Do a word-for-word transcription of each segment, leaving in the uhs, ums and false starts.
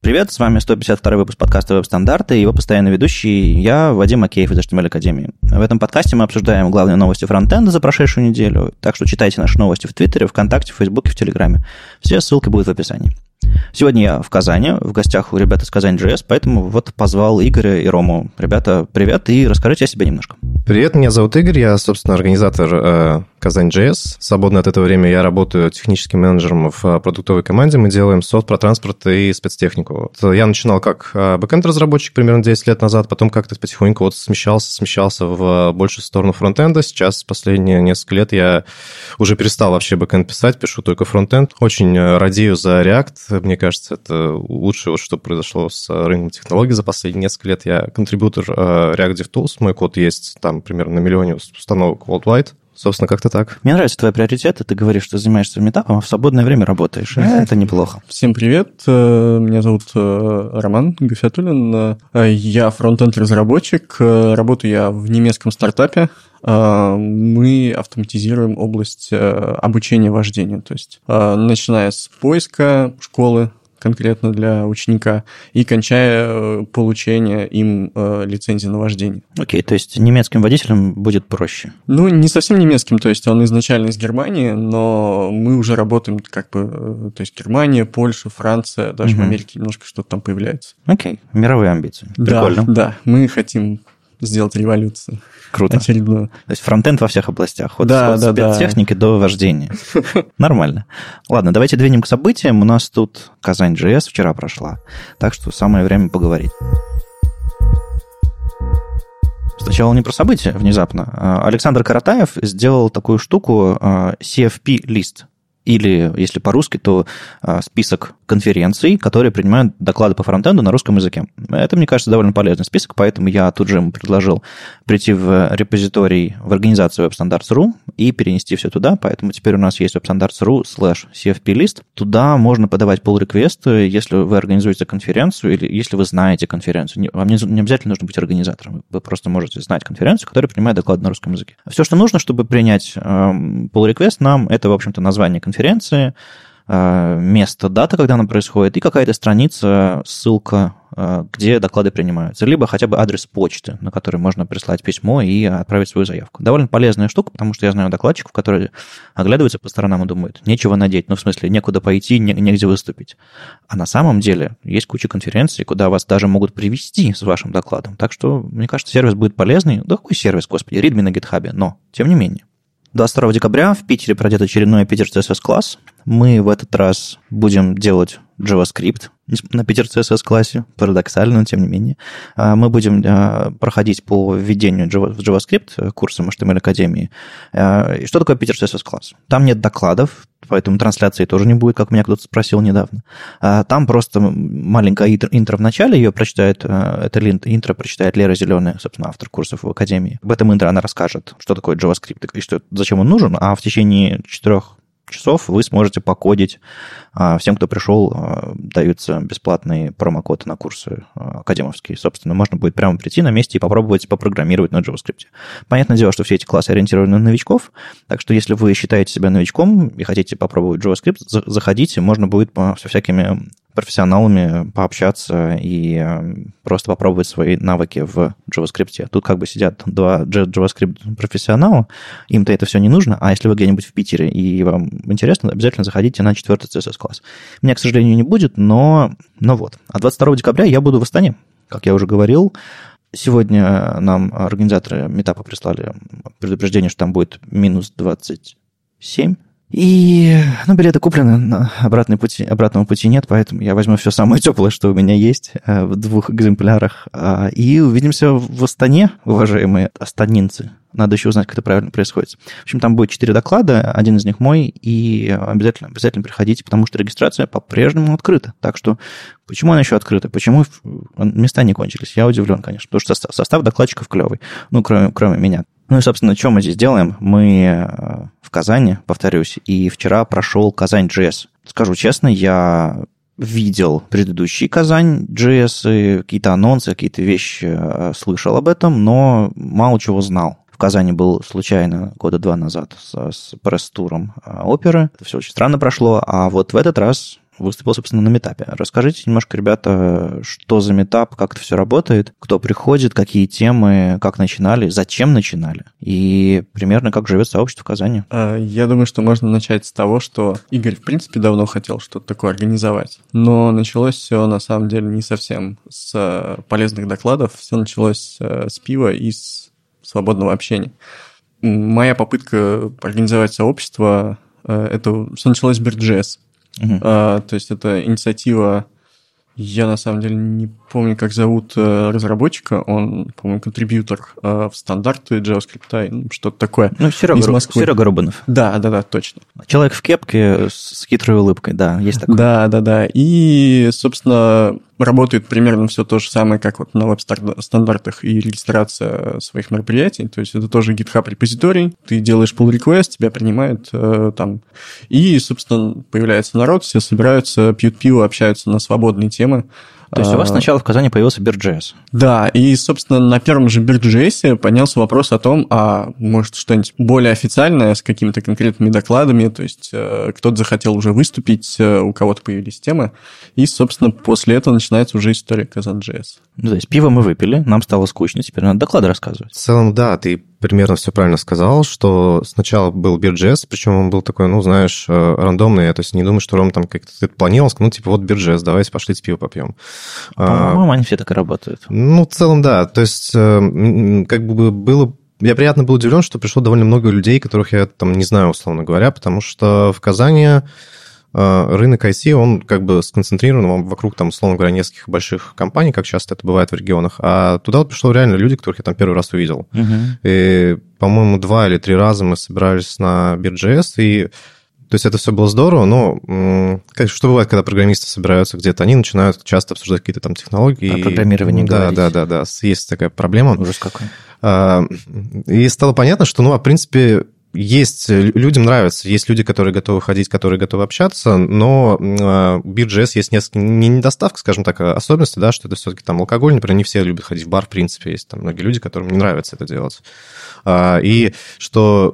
Привет, с вами сто пятьдесят второй выпуск подкаста «Веб-стандарты» и его постоянный ведущий, я, Вадим Макеев из эйч ти эм эль Академии. В этом подкасте мы обсуждаем главные новости фронтенда за прошедшую неделю, так что читайте наши новости в Твиттере, ВКонтакте, в Фейсбуке, в Телеграме. Все ссылки будут в описании. Сегодня я в Казани, в гостях у ребят из Казань.js, поэтому вот позвал Игоря и Рому. Ребята, привет, и расскажите о себе немножко. Привет, меня зовут Игорь, я, собственно, организатор э, Казань.js. Свободно от этого времени я работаю техническим менеджером в продуктовой команде. Мы делаем софт про транспорт и спецтехнику. Вот я начинал как бэкэнд-разработчик примерно десять лет назад, потом как-то потихоньку вот смещался, смещался в большую сторону фронтенда. Сейчас последние несколько лет я уже перестал вообще бэкэнд писать, пишу только фронтенд. Очень радею за React. Мне кажется, это лучшее, что произошло с рынком технологий за последние несколько лет. Я контрибьютор React DevTools, мой код есть там примерно на миллионе установок worldwide. Собственно, как-то так. Мне нравятся твои приоритеты. Ты говоришь, что занимаешься метапом, а в свободное время работаешь. Это неплохо. Всем привет. Меня зовут Роман Гафиатуллин. Я фронтенд-разработчик. Работаю я в немецком стартапе. Мы автоматизируем область обучения вождению. То есть, начиная с поиска школы, конкретно для ученика, и кончая получение им э, лицензии на вождение. Окей, okay, то есть немецким водителям будет проще? Ну, не совсем немецким, то есть он изначально из Германии, но мы уже работаем как бы, то есть Германия, Польша, Франция, даже uh-huh. в Америке немножко что-то там появляется. Окей, okay. Мировые амбиции. Прикольно. Да, да, мы хотим сделать революцию. Круто. Очередную. То есть фронтенд во всех областях. От, да, от да, спецтехники да. до вождения. Нормально. Ладно, давайте двинем к событиям. У нас тут Казань.js вчера прошла. Так что самое время поговорить. Сначала не про события внезапно. Александр Каратаев сделал такую штуку си эф пи-лист. Или, если по-русски, то а, список конференций, которые принимают доклады по фронтенду на русском языке. Это, мне кажется, довольно полезный список, поэтому я тут же ему предложил прийти в репозиторий, в организацию WebStandards точка ру и перенести все туда, поэтому теперь у нас есть WebStandards точка ру слэш си эф пи лист. Туда можно подавать pull-реквесты, если вы организуете конференцию или если вы знаете конференцию. Вам не, не обязательно нужно быть организатором, вы просто можете знать конференцию, которая принимает доклады на русском языке. Все, что нужно, чтобы принять э, pull-реквест нам, это, в общем-то, название конференции, конференции, место, дата, когда она происходит, и какая-то страница, ссылка, где доклады принимаются, либо хотя бы адрес почты, на который можно прислать письмо и отправить свою заявку. Довольно полезная штука, потому что я знаю докладчиков, которые оглядываются по сторонам и думают, нечего надеть, ну, в смысле, некуда пойти, негде выступить. А на самом деле есть куча конференций, куда вас даже могут привести с вашим докладом. Так что, мне кажется, сервис будет полезный. Да какой сервис, господи, ридми на гитхабе, но, тем не менее. двадцать второго декабря в Питере пройдет очередной Питер си эс эс-класс. Мы в этот раз будем делать JavaScript на Питер си эс эс-классе, парадоксально, но тем не менее. Мы будем проходить по введению в JavaScript курсом эйч ти эм эль Академии. И что такое Питер си эс эс-класс? Там нет докладов, поэтому трансляции тоже не будет, как меня кто-то спросил недавно. Там просто маленькая интро в начале, ее прочитает, это интро прочитает Лера Зеленая, собственно, автор курсов в Академии. В этом интро она расскажет, что такое JavaScript и что, зачем он нужен, а в течение четырех часов вы сможете покодить. Всем, кто пришел, даются бесплатные промокоды на курсы академовские. Собственно, можно будет прямо прийти на месте и попробовать попрограммировать на JavaScript. Понятное дело, что все эти классы ориентированы на новичков, так что если вы считаете себя новичком и хотите попробовать JavaScript, заходите, можно будет со всякими профессионалами пообщаться и просто попробовать свои навыки в JavaScript. Тут как бы сидят два JavaScript-профессионала, им-то это все не нужно, а если вы где-нибудь в Питере и вам интересно, обязательно заходите на четвертый си эс эс-класс. Меня, к сожалению, не будет, но, но вот. А двадцать второго декабря я буду в Астане, как я уже говорил. Сегодня нам организаторы митапа прислали предупреждение, что там будет минус двадцать семь. И, ну, билеты куплены, но обратной пути, обратного пути нет, поэтому я возьму все самое теплое, что у меня есть в двух экземплярах. И увидимся в Астане, уважаемые астанинцы. Надо еще узнать, как это правильно происходит. В общем, там будет четыре доклада, один из них мой, и обязательно, обязательно приходите, потому что регистрация по-прежнему открыта. Так что почему она еще открыта? Почему места не кончились? Я удивлен, конечно, потому что состав, состав докладчиков клевый, ну, кроме, кроме меня. Ну и, собственно, что мы здесь делаем? Мы в Казани, повторюсь, и вчера прошел Казань.js. Скажу честно, я видел предыдущий Казань.js, какие-то анонсы, какие-то вещи слышал об этом, но мало чего знал. В Казани был случайно года два назад с, с пресс-туром оперы. Это все очень странно прошло, а вот в этот раз выступил, собственно, на метапе. Расскажите немножко, ребята, что за метап, как это все работает, кто приходит, какие темы, как начинали, зачем начинали, и примерно как живет сообщество в Казани. Я думаю, что можно начать с того, что Игорь, в принципе, давно хотел что-то такое организовать, но началось все, на самом деле, не совсем с полезных докладов, все началось с пива и с свободного общения. Моя попытка организовать сообщество, это все началось с Bird.js. Uh-huh. А, то есть это инициатива, я на самом деле не помню, как зовут разработчика, он, по-моему, контрибьютор в стандарты JavaScript, что-то такое. Ну, Серега, Ру... Серега Рубанов. Да, да, да, точно. Человек в кепке с хитрой улыбкой, да, есть такой. Да, да, да. И, собственно, работает примерно все то же самое, как вот на веб-стандартах и регистрация своих мероприятий. То есть это тоже GitHub-репозиторий. Ты делаешь pull request, тебя принимают э, там. И, собственно, появляется народ, все собираются, пьют пиво, общаются на свободные темы. То есть у вас сначала в Казани появился Bird.js? Да, и, собственно, на первом же Bird.js поднялся вопрос о том, а может что-нибудь более официальное с какими-то конкретными докладами, то есть э, кто-то захотел уже выступить, э, у кого-то появились темы, и, собственно, после этого начинается уже история Kazan.js. Ну, то есть пиво мы выпили, нам стало скучно, теперь надо доклады рассказывать. В целом, да, ты примерно все правильно сказал, что сначала был Bird.js, причем он был такой, ну, знаешь, рандомный, я то есть не думаю, что Ром там как-то это планировал, ну, типа, вот Bird.js, давайте пошлите пиво попьем. По-моему, а, они все так и работают. Ну, в целом, да, то есть как бы было... Я приятно был удивлен, что пришло довольно много людей, которых я там не знаю, условно говоря, потому что в Казани рынок ай ти, он как бы сконцентрирован вокруг, там, условно говоря, нескольких больших компаний, как часто это бывает в регионах, а туда вот пришло реально люди, которых я там первый раз увидел. Uh-huh. И, по-моему, два или три раза мы собирались на Bird.js, и то есть это все было здорово, но что бывает, когда программисты собираются где-то, они начинают часто обсуждать какие-то там технологии. О программировании да, говорить. Да, да, да, есть такая проблема. Ужас какой. И стало понятно, что, ну, в принципе, есть, людям нравится, есть люди, которые готовы ходить, которые готовы общаться, но Bird.js есть несколько, не недостаток, скажем так, особенности, да, что это все-таки там алкоголь, например, не все любят ходить в бар, в принципе, есть там многие люди, которым не нравится это делать. И что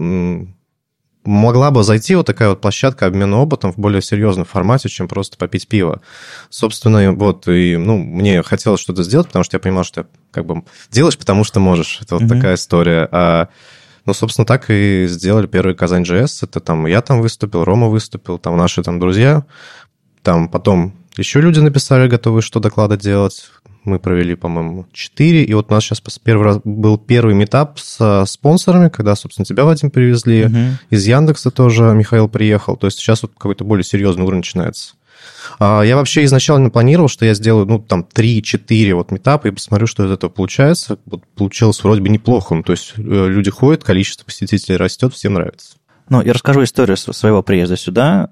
могла бы зайти вот такая вот площадка обмена опытом в более серьезном формате, чем просто попить пиво. Собственно, вот, и, ну, мне хотелось что-то сделать, потому что я понимал, что как бы делаешь, потому что можешь. Это вот mm-hmm. такая история. А Ну, собственно, так и сделали первый Kazan.js. Это там я там выступил, Рома выступил, там наши там друзья. Там потом еще люди написали, готовы что доклады делать. Мы провели, по-моему, четыре. И вот у нас сейчас первый раз был первый митап с спонсорами, когда, собственно, тебя, Вадим, привезли. Uh-huh. Из Яндекса тоже Михаил приехал. То есть сейчас вот какой-то более серьезный уровень начинается. Я вообще изначально планировал, что я сделаю, ну, там, три-четыре вот митапа и посмотрю, что из этого получается. Вот получилось вроде бы неплохо. Ну, то есть люди ходят, количество посетителей растет, всем нравится. Ну, я расскажу историю своего приезда сюда.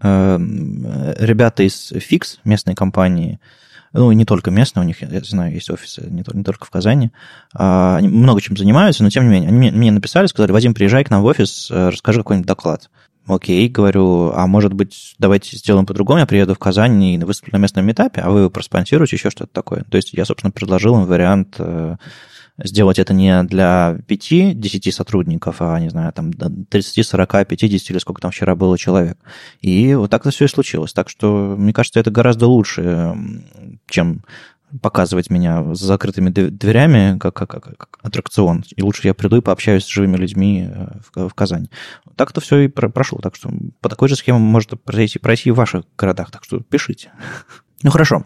Ребята из Fix, местной компании, ну, и не только местные, у них, я знаю, есть офисы не только, не только в Казани, они много чем занимаются, но тем не менее, они мне, мне написали, сказали: Вадим, приезжай к нам в офис, расскажи какой-нибудь доклад. Окей, говорю, а может быть, давайте сделаем по-другому, я приеду в Казань и выступлю на местном митапе, а вы проспонсируете еще что-то такое. То есть я, собственно, предложил им вариант сделать это не для пяти-десяти сотрудников, а, не знаю, там тридцать, сорок, пятьдесят или сколько там вчера было человек. И вот так-то все и случилось. Так что, мне кажется, это гораздо лучше, чем показывать меня с закрытыми дверями, как, как, как аттракцион. И лучше я приду и пообщаюсь с живыми людьми в, в Казани. Так-то все и прошло. Так что по такой же схеме может пройти, пройти и в ваших городах. Так что пишите. Ну, хорошо.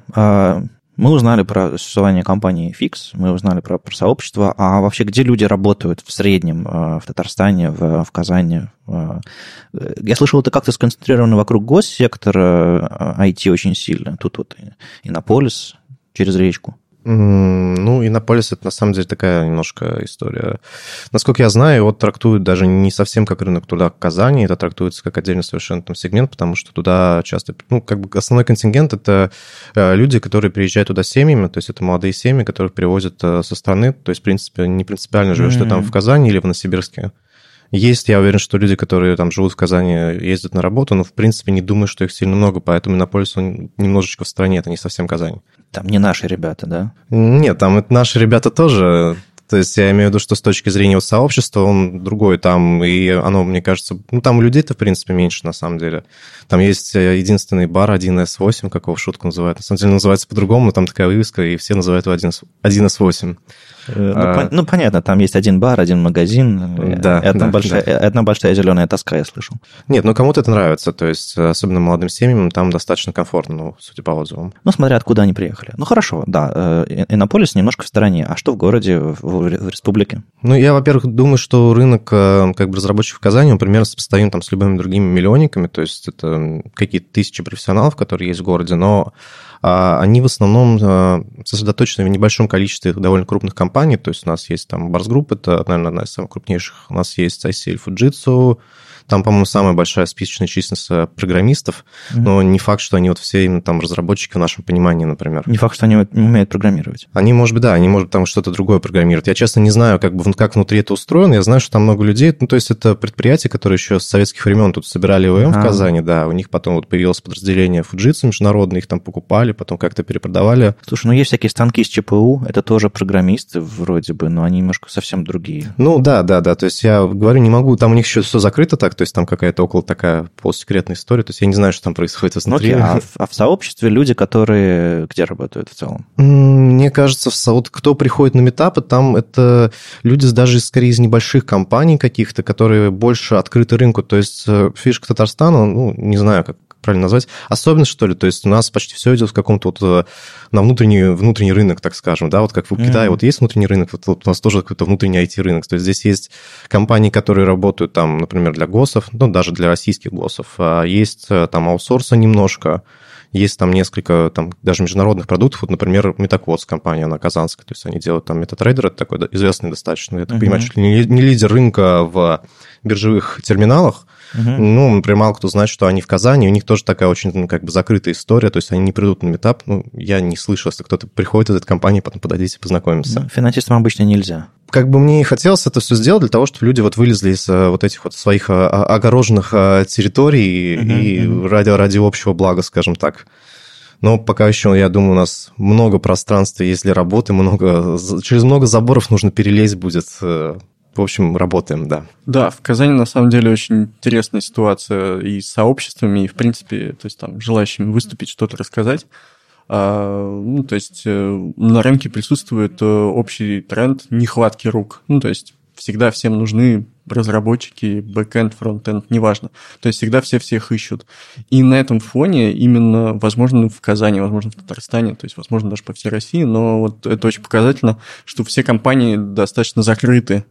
Мы узнали про существование компании Fix, мы узнали про, про сообщество, а вообще где люди работают в среднем в Татарстане, в, в Казани? Я слышал, это как-то сконцентрировано вокруг госсектора ай ти очень сильно. Тут вот Иннополис через речку. Ну, Иннополис – это на самом деле такая немножко история. Насколько я знаю, его трактуют даже не совсем как рынок труда Казани, это трактуется как отдельный совершенно там сегмент, потому что туда часто, ну, как бы основной контингент – это люди, которые приезжают туда семьями, то есть это молодые семьи, которых привозят со страны, то есть, в принципе, не принципиально живешь mm-hmm. ты там в Казани или в Новосибирске. Есть, я уверен, что люди, которые там живут в Казани, ездят на работу, но, в принципе, не думаю, что их сильно много, поэтому Иннополис, он немножечко в стороне, это не совсем Казань. Там не наши ребята, да? Нет, там это наши ребята тоже, То есть я имею в виду, что с точки зрения вот сообщества он другой там, и оно, мне кажется, ну там у людей-то, в принципе, меньше на самом деле. Там есть единственный бар один эс восемь, как его в шутку называют. На самом деле называется по-другому, но там такая вывеска, и все называют его один эс восемь. Ну, а, по, ну, понятно, там есть один бар, один магазин, да, и одна, да, большая, да. одна большая зеленая тоска, я слышал. Нет, ну кому-то это нравится, то есть особенно молодым семьям там достаточно комфортно, ну, судя по отзывам. Ну, смотря откуда они приехали. Ну, хорошо, да, Иннополис немножко в стороне. А что в городе, в, в республике? Ну, я, во-первых, думаю, что рынок как бы разработчиков в Казани, он примерно сопоставим там с любыми другими миллионниками, то есть это какие-то тысячи профессионалов, которые есть в городе, но они в основном сосредоточены в небольшом количестве довольно крупных компаний, то есть у нас есть там Bars Group, это, наверное, одна из самых крупнейших, у нас есть ай си эл Fujitsu, там, по-моему, самая большая списочная численность программистов, mm-hmm. но не факт, что они вот все именно там разработчики в нашем понимании, например. Не факт, что они умеют программировать. Они, может быть, да, они, может, там что-то другое программируют. Я, честно, не знаю, как бы, как внутри это устроено. Я знаю, что там много людей. Ну, то есть это предприятия, которые еще с советских времен тут собирали о эм А-а-а. в Казани, да. У них потом вот появилось подразделение Fujitsu международное, их там покупали, потом как-то перепродавали. Слушай, ну есть всякие станки с ЧПУ, это тоже программисты вроде бы, но они немножко совсем другие. Ну, да, да, да. То есть я говорю, не могу, там у них еще все закрыто так, то есть там какая-то около такая полусекретная история, то есть я не знаю, что там происходит изнутри. Ну, окей, а, в, а в сообществе люди, которые где работают в целом? Мне кажется, вот кто приходит на митапы, там это люди даже скорее из небольших компаний каких-то, которые больше открыты рынку, то есть фишка Татарстана, ну, не знаю, как правильно назвать, особенность, что ли, то есть у нас почти все идет в каком-то вот на внутренний, внутренний рынок, так скажем, да, вот как в mm-hmm. Китае вот есть внутренний рынок, вот, вот у нас тоже какой-то внутренний ай ти-рынок, то есть здесь есть компании, которые работают там, например, для госов, ну, даже для российских госов, а есть там аутсорса немножко, есть там несколько, там, даже международных продуктов, вот, например, Метаквотс, компания, она казанская, то есть они делают там MetaTrader, это такой известный достаточно, я так mm-hmm. понимаю, чуть ли не, не лидер рынка в биржевых терминалах. Uh-huh. Ну, например, мало кто знает, что они в Казани, у них тоже такая очень, ну, как бы закрытая история, то есть они не придут на митап, ну, я не слышал, если кто-то приходит из этой компании, потом подойдите, познакомимся. Ну, финансистам обычно нельзя. Как бы мне и хотелось это все сделать для того, чтобы люди вот вылезли из вот этих вот своих огороженных территорий uh-huh, и uh-huh. ради, ради общего блага, скажем так. Но пока еще, я думаю, у нас много пространства есть для работы, много, через много заборов нужно перелезть будет. В общем, работаем, да. Да, в Казани на самом деле очень интересная ситуация и с сообществами, и, в принципе, то есть там желающими выступить, что-то рассказать. А, ну, то есть на рынке присутствует общий тренд нехватки рук. Ну, то есть всегда всем нужны разработчики, бэкэнд, фронтенд, неважно. То есть всегда все всех ищут. И на этом фоне именно, возможно, в Казани, возможно, в Татарстане, то есть, возможно, даже по всей России, но вот это очень показательно, что все компании достаточно закрыты.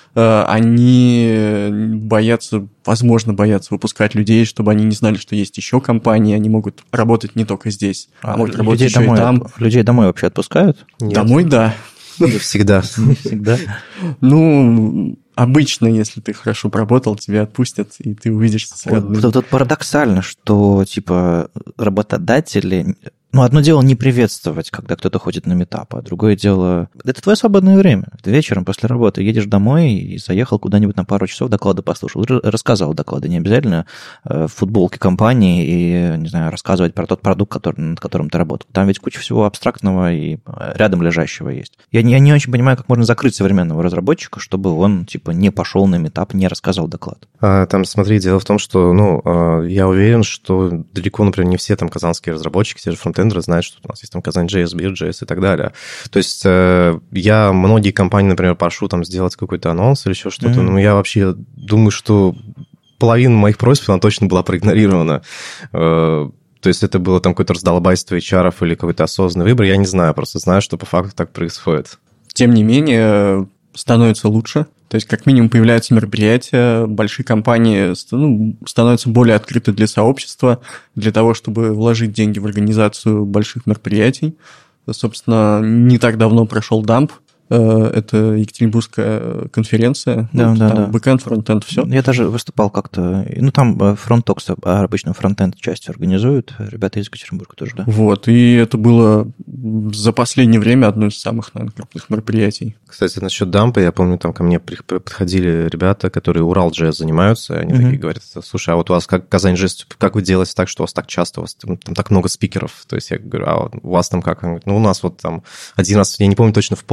Они боятся, возможно, боятся выпускать людей, чтобы они не знали, что есть еще компании, они могут работать не только здесь, а, а могут работать еще домой, и там. Людей домой вообще отпускают? Нет. Домой, да. Не всегда. Не всегда. Ну, обычно, если ты хорошо поработал, тебя отпустят, и ты увидишься с родными. Тут парадоксально, что, типа, работодатели... Ну, одно дело не приветствовать, когда кто-то ходит на митап, а другое дело... Это твое свободное время. Ты вечером после работы едешь домой и заехал куда-нибудь на пару часов, доклады послушал, рассказал доклады. Не обязательно в футболке компании и, не знаю, рассказывать про тот продукт, который, над которым ты работал. Там ведь куча всего абстрактного и рядом лежащего есть. Я не, я не очень понимаю, как можно закрыть современного разработчика, чтобы он, типа, не пошел на митап, не рассказал доклад. А, там, смотри, дело в том, что, ну, я уверен, что далеко, например, не все там казанские разработчики, те же фронтендеры, знают, что у нас есть там Казань.js, Бир.js и так далее. То есть э, я многие компании, например, прошу там сделать какой-то анонс или еще что-то, mm-hmm. но я вообще думаю, что половина моих просьб, она точно была проигнорирована. Э, то есть это было там какое-то раздолбайство эйч ар-ов или какой-то осознанный выбор, я не знаю, просто знаю, что по факту так происходит. Тем не менее, становится лучше. То есть, как минимум, появляются мероприятия, большие компании ну, становятся более открыты для сообщества, для того, чтобы вложить деньги в организацию больших мероприятий. Собственно, не так давно прошел дамп. Это Екатеринбургская конференция. Да, вот, да, там да. Бэкэнд, фронтенд, все. Я даже выступал как-то... Ну, там фронтокс обычно фронтенд частью организуют. Ребята из Екатеринбурга тоже, да. Вот, и это было за последнее время одно из самых, наверное, крупных мероприятий. Кстати, насчет дампа, я помню, там ко мне подходили ребята, которые Урал.js занимаются, и они mm-hmm. такие говорят, слушай, а вот у вас как Казань.js, как вы делаете так, что у вас так часто, у вас там, там так много спикеров? То есть я говорю, а у вас там как? Он говорит, ну, у нас вот там один раз, я не помню точно, в полгода, что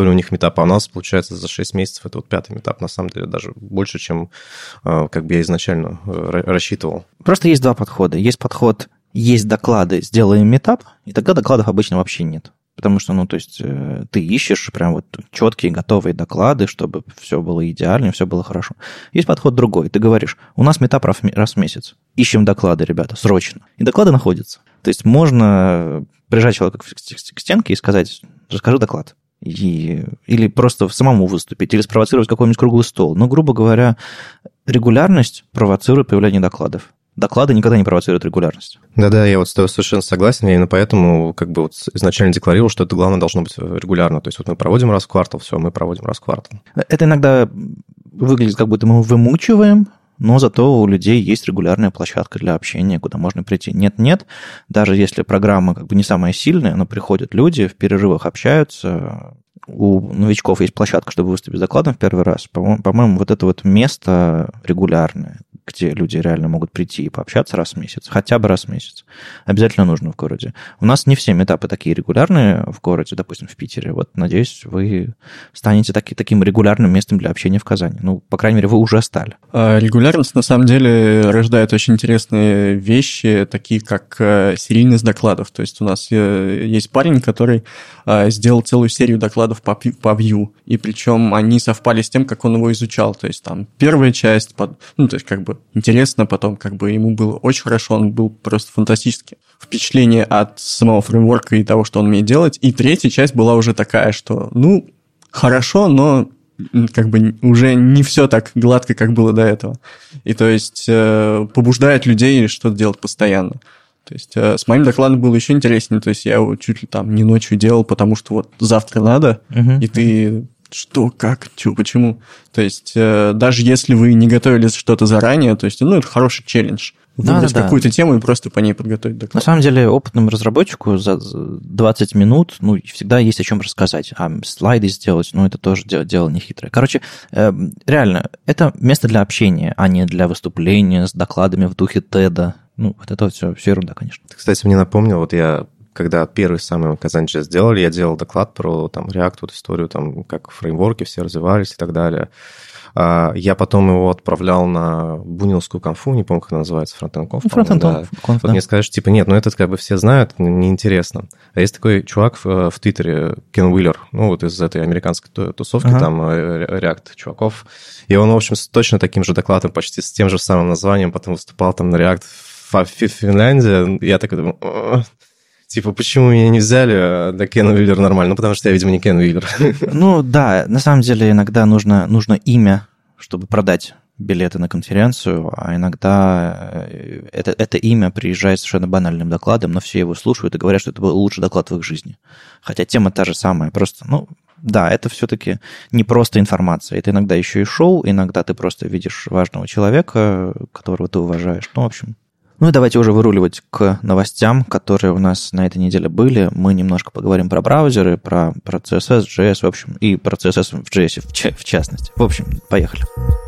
то ли у них метап, а у нас, получается, за шесть месяцев это вот пятый метап, на самом деле, даже больше, чем как бы я изначально рассчитывал. Просто есть два подхода. Есть подход, есть доклады, сделаем метап, и тогда докладов обычно вообще нет. Потому что, ну, то есть, ты ищешь прям вот четкие, готовые доклады, чтобы все было идеально, все было хорошо. Есть подход другой. Ты говоришь, у нас метап раз в месяц. Ищем доклады, ребята, срочно. И доклады находятся. То есть, можно прижать человека к стенке и сказать, расскажи доклад. И, или просто самому выступить, или спровоцировать какой-нибудь круглый стол. Но, грубо говоря, регулярность провоцирует появление докладов. Доклады никогда не провоцируют регулярность. Да-да, я вот с тобой совершенно согласен, я именно поэтому как бы вот изначально декларировал, что это главное должно быть регулярно. То есть вот мы проводим раз в квартал, все, мы проводим раз в квартал. Это иногда выглядит, как будто мы вымучиваем, но зато у людей есть регулярная площадка для общения, куда можно прийти. Нет-нет, даже если программа как бы не самая сильная, но приходят люди, в перерывах общаются, у новичков есть площадка, чтобы выступить с докладом в первый раз. По-моему, вот это вот место регулярное, где люди реально могут прийти и пообщаться раз в месяц, хотя бы раз в месяц, обязательно нужно в городе. У нас не все митапы такие регулярные в городе, допустим, в Питере. Вот, надеюсь, вы станете таки, таким регулярным местом для общения в Казани. Ну, по крайней мере, вы уже стали. Регулярность, на самом деле, рождает очень интересные вещи, такие как серийность докладов. То есть у нас есть парень, который сделал целую серию докладов по Vue, и причем они совпали с тем, как он его изучал. То есть там первая часть, ну, то есть как бы интересно, потом как бы ему было очень хорошо, он был просто фантастический. Впечатление от самого фреймворка и того, что он умеет делать. И третья часть была уже такая, что, ну, хорошо, но как бы уже не все так гладко, как было до этого. И то есть побуждает людей что-то делать постоянно. То есть с моим докладом было еще интереснее. То есть я его чуть ли там не ночью делал, потому что вот завтра надо, uh-huh. и ты... Что, как, чё, почему? То есть, э, даже если вы не готовили что-то заранее, то есть, ну, это хороший челлендж. Выбрать да, да, какую-то да. тему и просто по ней подготовить доклад. На самом деле, опытному разработчику за двадцать минут, ну, всегда есть о чем рассказать. А слайды сделать, ну, это тоже дело, дело нехитрое. Короче, э, реально, это место для общения, а не для выступления с докладами в духе теда. Ну, вот это все, все ерунда, конечно. Ты, кстати, мне напомнил, вот я... Когда первый самый Казань.js сделали, я делал доклад про там, React, вот историю, там, как фреймворки все развивались и так далее. Я потом его отправлял на Бунинскую конфу, не помню, как она называется, фронтенд конф. Фронтенд конф, да. Вот мне скажешь, типа, нет, ну этот как бы все знают, неинтересно. А есть такой чувак в, в Твиттере, Кен Уиллер, ну вот из этой американской тусовки, ага. там React чуваков, и он, в общем, с точно таким же докладом, почти с тем же самым названием, потом выступал там на React в Финляндии. Я такой думаю... Типа, почему меня не взяли, да Кен Уиллер нормально? Ну, потому что я, видимо, не Кен Уиллер. Ну, да, на самом деле иногда нужно, нужно имя, чтобы продать билеты на конференцию, а иногда это, это имя приезжает с совершенно банальным докладом, но все его слушают и говорят, что это был лучший доклад в их жизни. Хотя тема та же самая, просто, ну, да, это все-таки не просто информация, это иногда еще и шоу, иногда ты просто видишь важного человека, которого ты уважаешь, ну, в общем... Ну и давайте уже выруливать к новостям, которые у нас на этой неделе были. Мы немножко поговорим про браузеры, про, про си эс эс, джей эс, в общем, и про си эс эс в джей эс в, ч- в частности. В общем, поехали.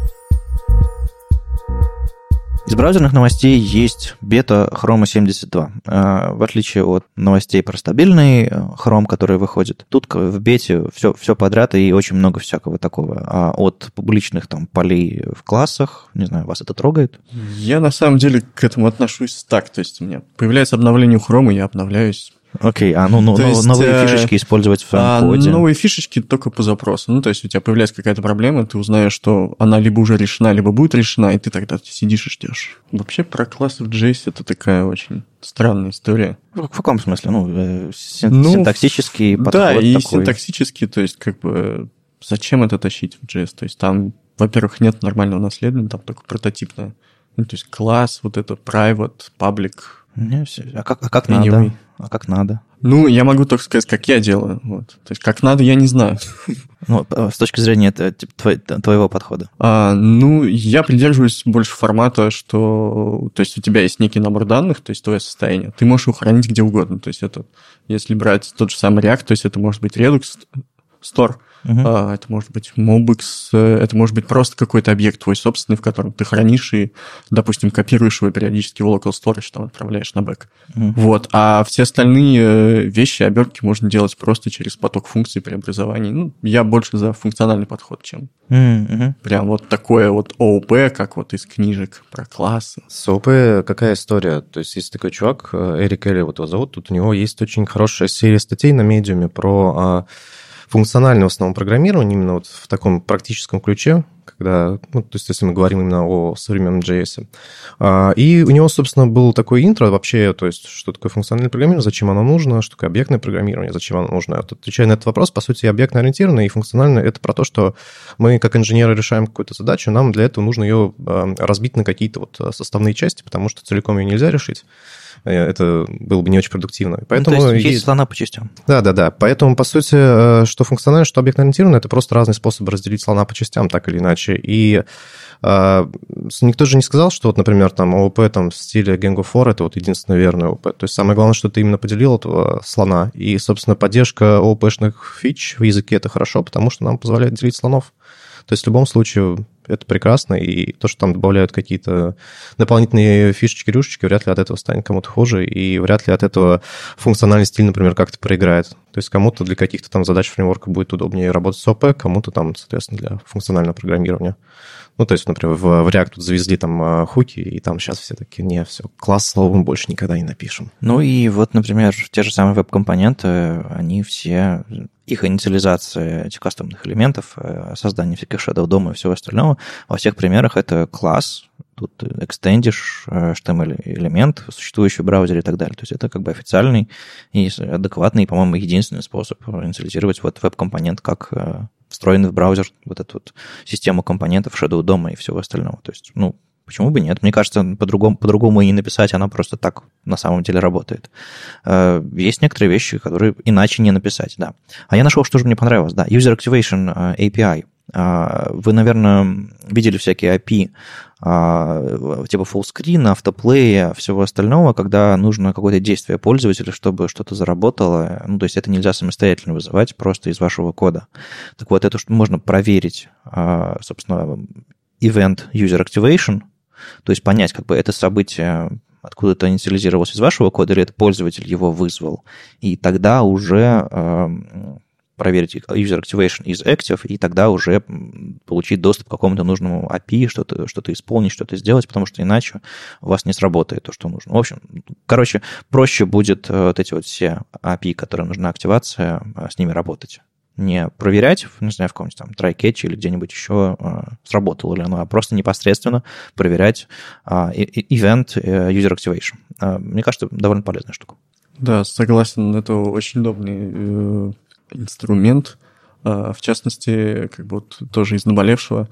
Из браузерных новостей есть бета Chrome семьдесят два. В отличие от новостей про стабильный Chrome, который выходит, тут в бете все, все подряд и очень много всякого такого. А от публичных там полей в классах, не знаю, вас это трогает? Я на самом деле к этому отношусь так. То есть у меня появляется обновление у Chrome, и я обновляюсь. Окей, а ну, ну есть, новые фишечки использовать в своем а, коде? Новые фишечки только по запросу. Ну, то есть у тебя появляется какая-то проблема, ты узнаешь, что она либо уже решена, либо будет решена, и ты тогда сидишь и ждешь. Вообще про классы в джей эс это такая очень странная история. В, в каком смысле? Ну, син- ну синтаксический подход да, и такой. синтаксический, то есть как бы зачем это тащить в джей эс? То есть там, во-первых, нет нормального наследования, там только прототипное. Ну, то есть класс, вот это private, public. Не, все. А как, а как надо? А как надо? Ну, я могу только сказать, как я делаю. Вот. То есть, как надо, я не знаю. Ну, с точки зрения это, типа, твой, твоего подхода. А, ну, я придерживаюсь больше формата, что... То есть, у тебя есть некий набор данных, то есть, твое состояние. Ты можешь его хранить где угодно. То есть, это... Если брать тот же самый React, то есть, это может быть Redux Store. Uh-huh. Это может быть Mobix, это может быть просто какой-то объект твой собственный, в котором ты хранишь и, допустим, копируешь его периодически в local storage, там отправляешь на бэк. Uh-huh. Вот. А все остальные вещи, обертки можно делать просто через поток функций преобразований. Ну, я больше за функциональный подход, чем uh-huh. прям вот такое вот ООП, как вот из книжек про классы. С ООП какая история? То есть есть такой чувак, Эрик Элли, вот его зовут, тут у него есть очень хорошая серия статей на Medium про функциональное в основном программирование именно вот в таком практическом ключе, когда, ну, то есть если мы говорим именно о современном джей эс. И у него, собственно, был такой интро вообще, то есть что такое функциональное программирование, зачем оно нужно, что такое объектное программирование, зачем оно нужно. Вот, отвечая на этот вопрос, по сути, объектно-ориентированное и функциональное – это про то, что мы как инженеры решаем какую-то задачу, нам для этого нужно ее разбить на какие-то вот составные части, потому что целиком ее нельзя решить. Это было бы не очень продуктивно. Поэтому ну, то есть, есть слона по частям. Да-да-да. Поэтому, по сути, что функционально, что объектно-ориентированно, это просто разные способы разделить слона по частям, так или иначе. И э, никто же не сказал, что, вот, например, там ООП там, в стиле Django фор это вот единственное верное ООП. То есть самое главное, что ты именно поделил этого слона. И, собственно, поддержка ООП-шных фич в языке – это хорошо, потому что нам позволяет делить слонов. То есть в любом случае это прекрасно, и то, что там добавляют какие-то дополнительные фишечки-рюшечки, вряд ли от этого станет кому-то хуже, и вряд ли от этого функциональный стиль, например, как-то проиграет. То есть кому-то для каких-то там задач фреймворка будет удобнее работать с ООП, кому-то там, соответственно, для функционального программирования. Ну, то есть, например, в, в React тут завезли там хуки, и там сейчас все такие, не, все, класс слова мы больше никогда не напишем. Ну и вот, например, те же самые веб-компоненты, они все, их инициализация этих кастомных элементов, создание всяких shadow дома и всего остального, во всех примерах это класс, тут экстендишь эйч ти эм эль-элемент, существующий в браузере и так далее. То есть это как бы официальный и адекватный, по-моему, единственный способ инициализировать вот веб-компонент как встроенный в браузер, вот эту вот систему компонентов Shadow дома и всего остального. То есть, ну, почему бы нет? Мне кажется, по-другому, по-другому и не написать, она просто так на самом деле работает. Есть некоторые вещи, которые иначе не написать, да. А я нашел, что же мне понравилось, да, User Activation эй пи ай. Вы, наверное, видели всякие эй пи ай, типа фуллскрина, автоплея, всего остального, когда нужно какое-то действие пользователя, чтобы что-то заработало. Ну, то есть это нельзя самостоятельно вызывать просто из вашего кода. Так вот, это можно проверить, собственно, event user activation, то есть понять, как бы это событие откуда-то инициализировалось из вашего кода, или это пользователь его вызвал. И тогда уже проверить user activation is active, и тогда уже получить доступ к какому-то нужному эй пи ай, что-то, что-то исполнить, что-то сделать, потому что иначе у вас не сработает то, что нужно. В общем, короче, проще будет вот эти вот все эй пи ай, которым нужна активация, с ними работать. Не проверять, не знаю, в каком-нибудь там try-catch или где-нибудь еще сработало ли оно, а просто непосредственно проверять event user activation. Мне кажется, довольно полезная штука. Да, согласен, это очень удобный инструмент, в частности, как бы вот тоже из наболевшего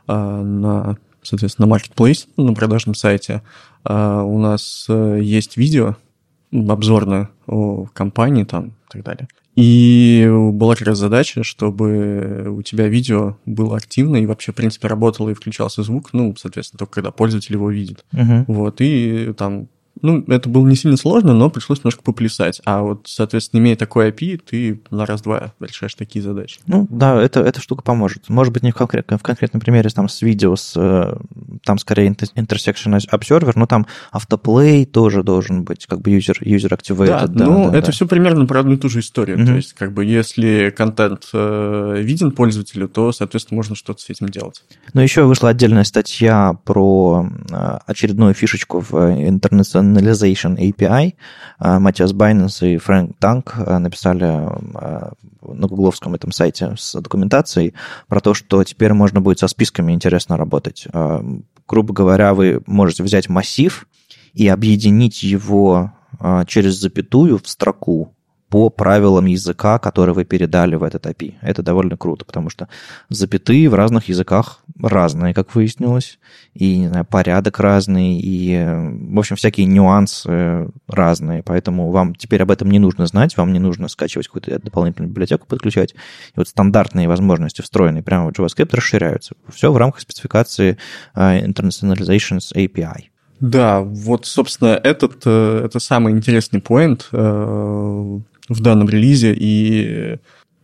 на, соответственно, на Marketplace, на продажном сайте у нас есть видео обзорное о компании там и так далее. И была как раз задача, чтобы у тебя видео было активно и вообще, в принципе, работало и включался звук, ну, соответственно, только когда пользователь его видит. Uh-huh. Вот, и там... Ну, это было не сильно сложно, но пришлось немножко поплясать. А вот, соответственно, имея такой эй пи ай, ты на раз-два решаешь такие задачи. Ну, да, это, эта штука поможет. Может быть, не в, конкрет, в конкретном примере там, с видео, с, там скорее intersection observer, но там автоплей тоже должен быть, как бы user, user activated. Да, да ну, да, это да. все примерно про одну и ту же историю. Mm-hmm. То есть, как бы, если контент э, виден пользователю, то, соответственно, можно что-то с этим делать. Ну, еще вышла отдельная статья про очередную фишечку в интернет Analyzation эй пи ай. Матиас Байнес и Фрэнк Танк написали на гугловском этом сайте с документацией про то, что теперь можно будет со списками интересно работать. Грубо говоря, вы можете взять массив и объединить его через запятую в строку по правилам языка, которые вы передали в этот эй пи ай. Это довольно круто, потому что запятые в разных языках разные, как выяснилось, и, не знаю, порядок разный, и, в общем, всякие нюансы разные, поэтому вам теперь об этом не нужно знать, вам не нужно скачивать какую-то дополнительную библиотеку, подключать. И вот стандартные возможности, встроенные прямо в JavaScript, расширяются. Все в рамках спецификации Internationalization эй пи ай. Да, вот, собственно, этот, это самый интересный поинт в данном релизе, и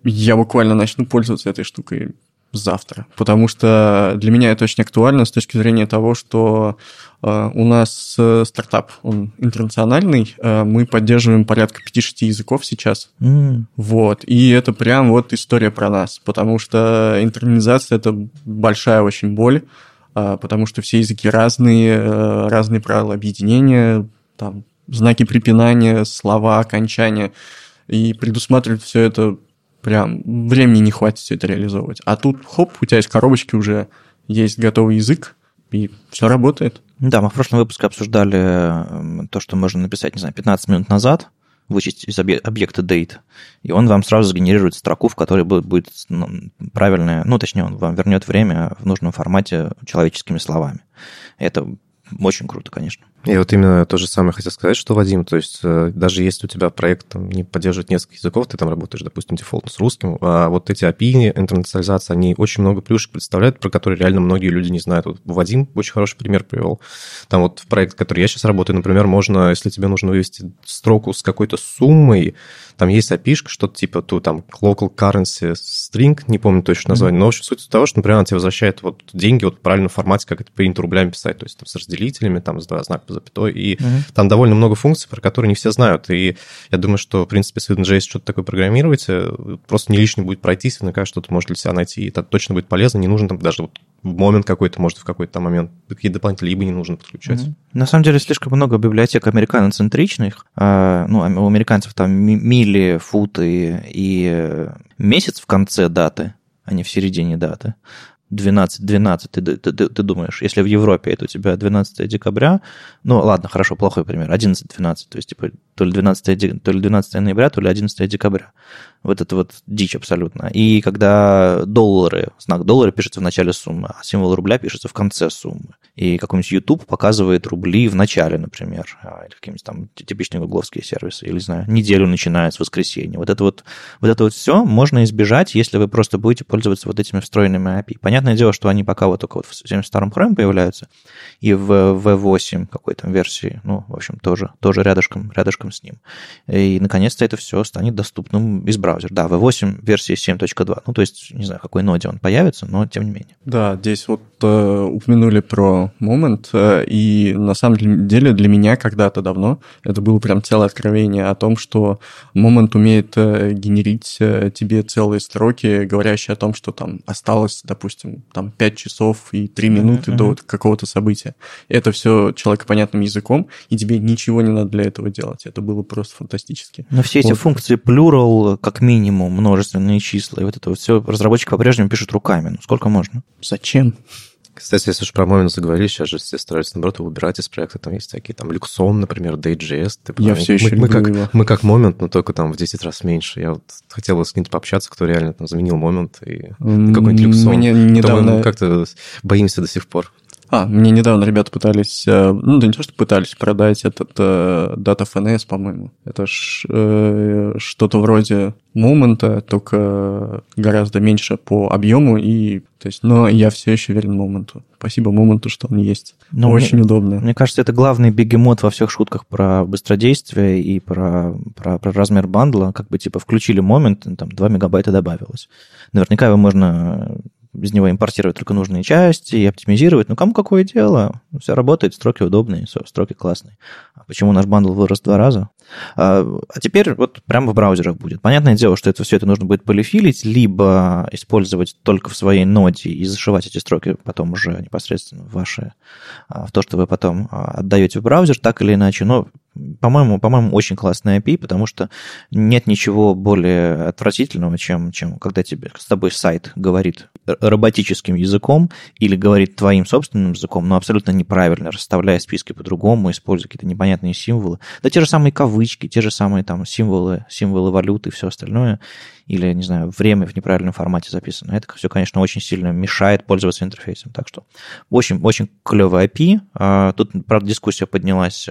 я буквально начну пользоваться этой штукой завтра, потому что для меня это очень актуально с точки зрения того, что э, у нас э, стартап, он интернациональный, э, мы поддерживаем порядка пяти-шести языков сейчас, mm. вот, и это прям вот история про нас, потому что интернализация – это большая очень боль, э, потому что все языки разные, э, разные правила объединения, там, знаки препинания, слова, окончания, и предусматривать все это прям времени не хватит все это реализовывать. А тут, хоп, у тебя из коробочки уже есть готовый язык, и все работает. Да, мы в прошлом выпуске обсуждали то, что можно написать, не знаю, пятнадцать минут назад, вычесть из объекта date, и он вам сразу сгенерирует строку, в которой будет, будет ну, правильное, ну, точнее, он вам вернет время в нужном формате человеческими словами. Это очень круто, конечно. Я вот именно то же самое хотел сказать, что, Вадим, то есть даже если у тебя проект там, не поддерживает несколько языков, ты там работаешь, допустим, дефолтно с русским, а вот эти эй пи ай, интернационализация, они очень много плюшек представляют, про которые реально многие люди не знают. Вот Вадим очень хороший пример привел. Там вот в проект, в который я сейчас работаю, например, можно, если тебе нужно вывести строку с какой-то суммой, там есть эй пи ай, что-то типа ту, там local currency string, не помню точно название, mm-hmm. но в общем суть того, что, например, она тебе возвращает вот деньги вот в правильном формате, как это принято рублями писать, то есть там с разделителями, там с два знака по запятой, и mm-hmm. там довольно много функций, про которые не все знают, и я думаю, что, в принципе, с Vue.js что-то такое программируете, просто не лишним будет пройтись, наверняка что-то может для себя найти, и это точно будет полезно, не нужно там даже вот в момент какой-то, может, в какой-то момент какие-то дополнительные, либо не нужно подключать. Mm-hmm. На самом деле, слишком много библиотек американоцентричных, ну, у американцев там мили, футы и месяц в конце даты, а не в середине даты. двенадцать двенадцать, ты, ты, ты, ты думаешь, если в Европе это у тебя двенадцатое декабря, ну ладно, хорошо, плохой пример, одиннадцать двенадцать, то есть типа то ли двенадцатое, то ли двенадцатое ноября, то ли одиннадцатое декабря. Вот это вот дичь абсолютно. И когда доллары, знак доллара пишется в начале суммы, а символ рубля пишется в конце суммы. И какой-нибудь YouTube показывает рубли в начале, например, или какие-нибудь там типичные гугловские сервисы, или, не знаю, неделю начинает с воскресенья. Вот это вот, вот это вот все можно избежать, если вы просто будете пользоваться вот этими встроенными эй пи ай. Понятное дело, что они пока вот только вот в семьдесят втором Chrome появляются, и в ви восемь какой-то версии, ну, в общем, тоже, тоже рядышком, рядышком с ним. И, наконец-то, это все станет доступным из браузера. Да, ви восемь версии семь точка два. Ну, то есть, не знаю, в какой ноде он появится, но тем не менее. Да, здесь вот э, упомянули про Moment, э, и на самом деле для меня когда-то давно это было прям целое откровение о том, что Moment умеет э, генерить э, тебе целые строки, говорящие о том, что там осталось, допустим, там пять часов и три минуты mm-hmm. до какого-то события. Это все человекопонятным языком, и тебе ничего не надо для этого делать. Это было просто фантастически. Но все эти вот. Функции plural, как минимум, множественные числа, и вот это вот все разработчики по-прежнему пишут руками. Ну, сколько можно? Зачем? Кстати, если уж про Moment заговорили, сейчас же все стараются, наоборот, выбирать из проекта. Там есть такие, там, Luxon, например, Date.js. Я все еще мы, мы, как, мы как Moment, но только там в десять раз меньше. Я вот хотел бы с кем-то пообщаться, кто реально там заменил Moment и mm, какой-нибудь Luxon. Мне недавно... Мы как-то боимся до сих пор. А, мне недавно ребята пытались, ну, да не то, что пытались продать этот uh, DataFNS, по-моему. Это ж uh, что-то вроде Момента, только гораздо меньше по объему, и, то есть, но я все еще верен Моменту. Спасибо Моменту, что он есть. Но очень мне, удобно. Мне кажется, это главный бегемот во всех шутках про быстродействие и про, про, про размер бандла. Как бы, типа, включили Момент, там, два мегабайта добавилось. Наверняка его можно... без него импортировать только нужные части и оптимизировать. Ну, кому какое дело? Все работает, строки удобные, строки классные. А почему наш бандл вырос в два раза? А, а теперь вот прямо в браузерах будет. Понятное дело, что это все это нужно будет полифилить, либо использовать только в своей ноде и зашивать эти строки потом уже непосредственно в ваши, в то, что вы потом отдаете в браузер, так или иначе. Но, по-моему, по-моему, очень классный эй пи ай, потому что нет ничего более отвратительного, чем, чем когда тебе с тобой сайт говорит роботическим языком или говорит твоим собственным языком, но абсолютно неправильно, расставляя списки по-другому, используя какие-то непонятные символы. Да те же самые кавычки, те же самые там символы, символы валюты и все остальное, или, не знаю, время в неправильном формате записано. Это все, конечно, очень сильно мешает пользоваться интерфейсом. Так что, в общем, очень клевый эй пи ай. Тут, правда, дискуссия поднялась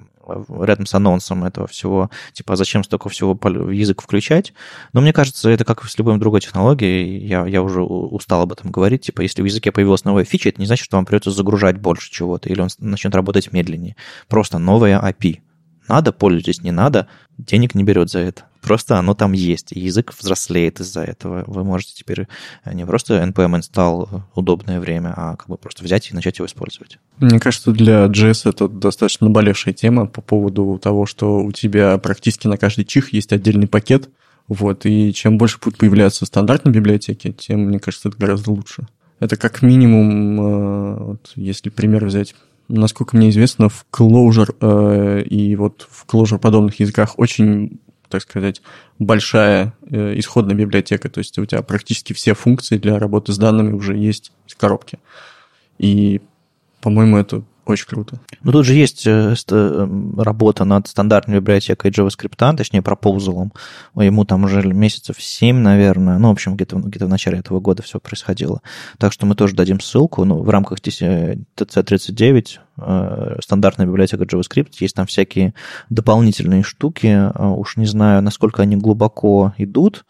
рядом с анонсом этого всего, типа, а зачем столько всего в язык включать? Но мне кажется, это как с любой другой технологией, я, я уже устал об этом говорить, типа, если в языке появилась новая фича, это не значит, что вам придется загружать больше чего-то, или он начнет работать медленнее. Просто новая эй пи ай. Надо, пользуйтесь, не надо, денег не берет за это. Просто оно там есть. И язык взрослеет из-за этого. Вы можете теперь не просто эн пи эм install удобное время, а как бы просто взять и начать его использовать. Мне кажется, для джей эс это достаточно наболевшая тема по поводу того, что у тебя практически на каждый чих есть отдельный пакет. Вот, и чем больше будет появляться стандартной библиотеки, тем, мне кажется, это гораздо лучше. Это как минимум, вот, если пример взять, насколько мне известно, в Clojure и вот в Clojure подобных языках очень, так сказать, большая исходная библиотека. То есть у тебя практически все функции для работы с данными уже есть в коробке. И, по-моему, это очень круто. Ну, тут же есть работа над стандартной библиотекой JavaScript, точнее, proposal. Ему там уже месяцев семь, наверное. Ну, в общем, где-то, где-то в начале этого года все происходило. Так что мы тоже дадим ссылку. Ну, в рамках ти си тридцать девять стандартная библиотека JavaScript. Есть там всякие дополнительные штуки. Уж не знаю, насколько они глубоко идут.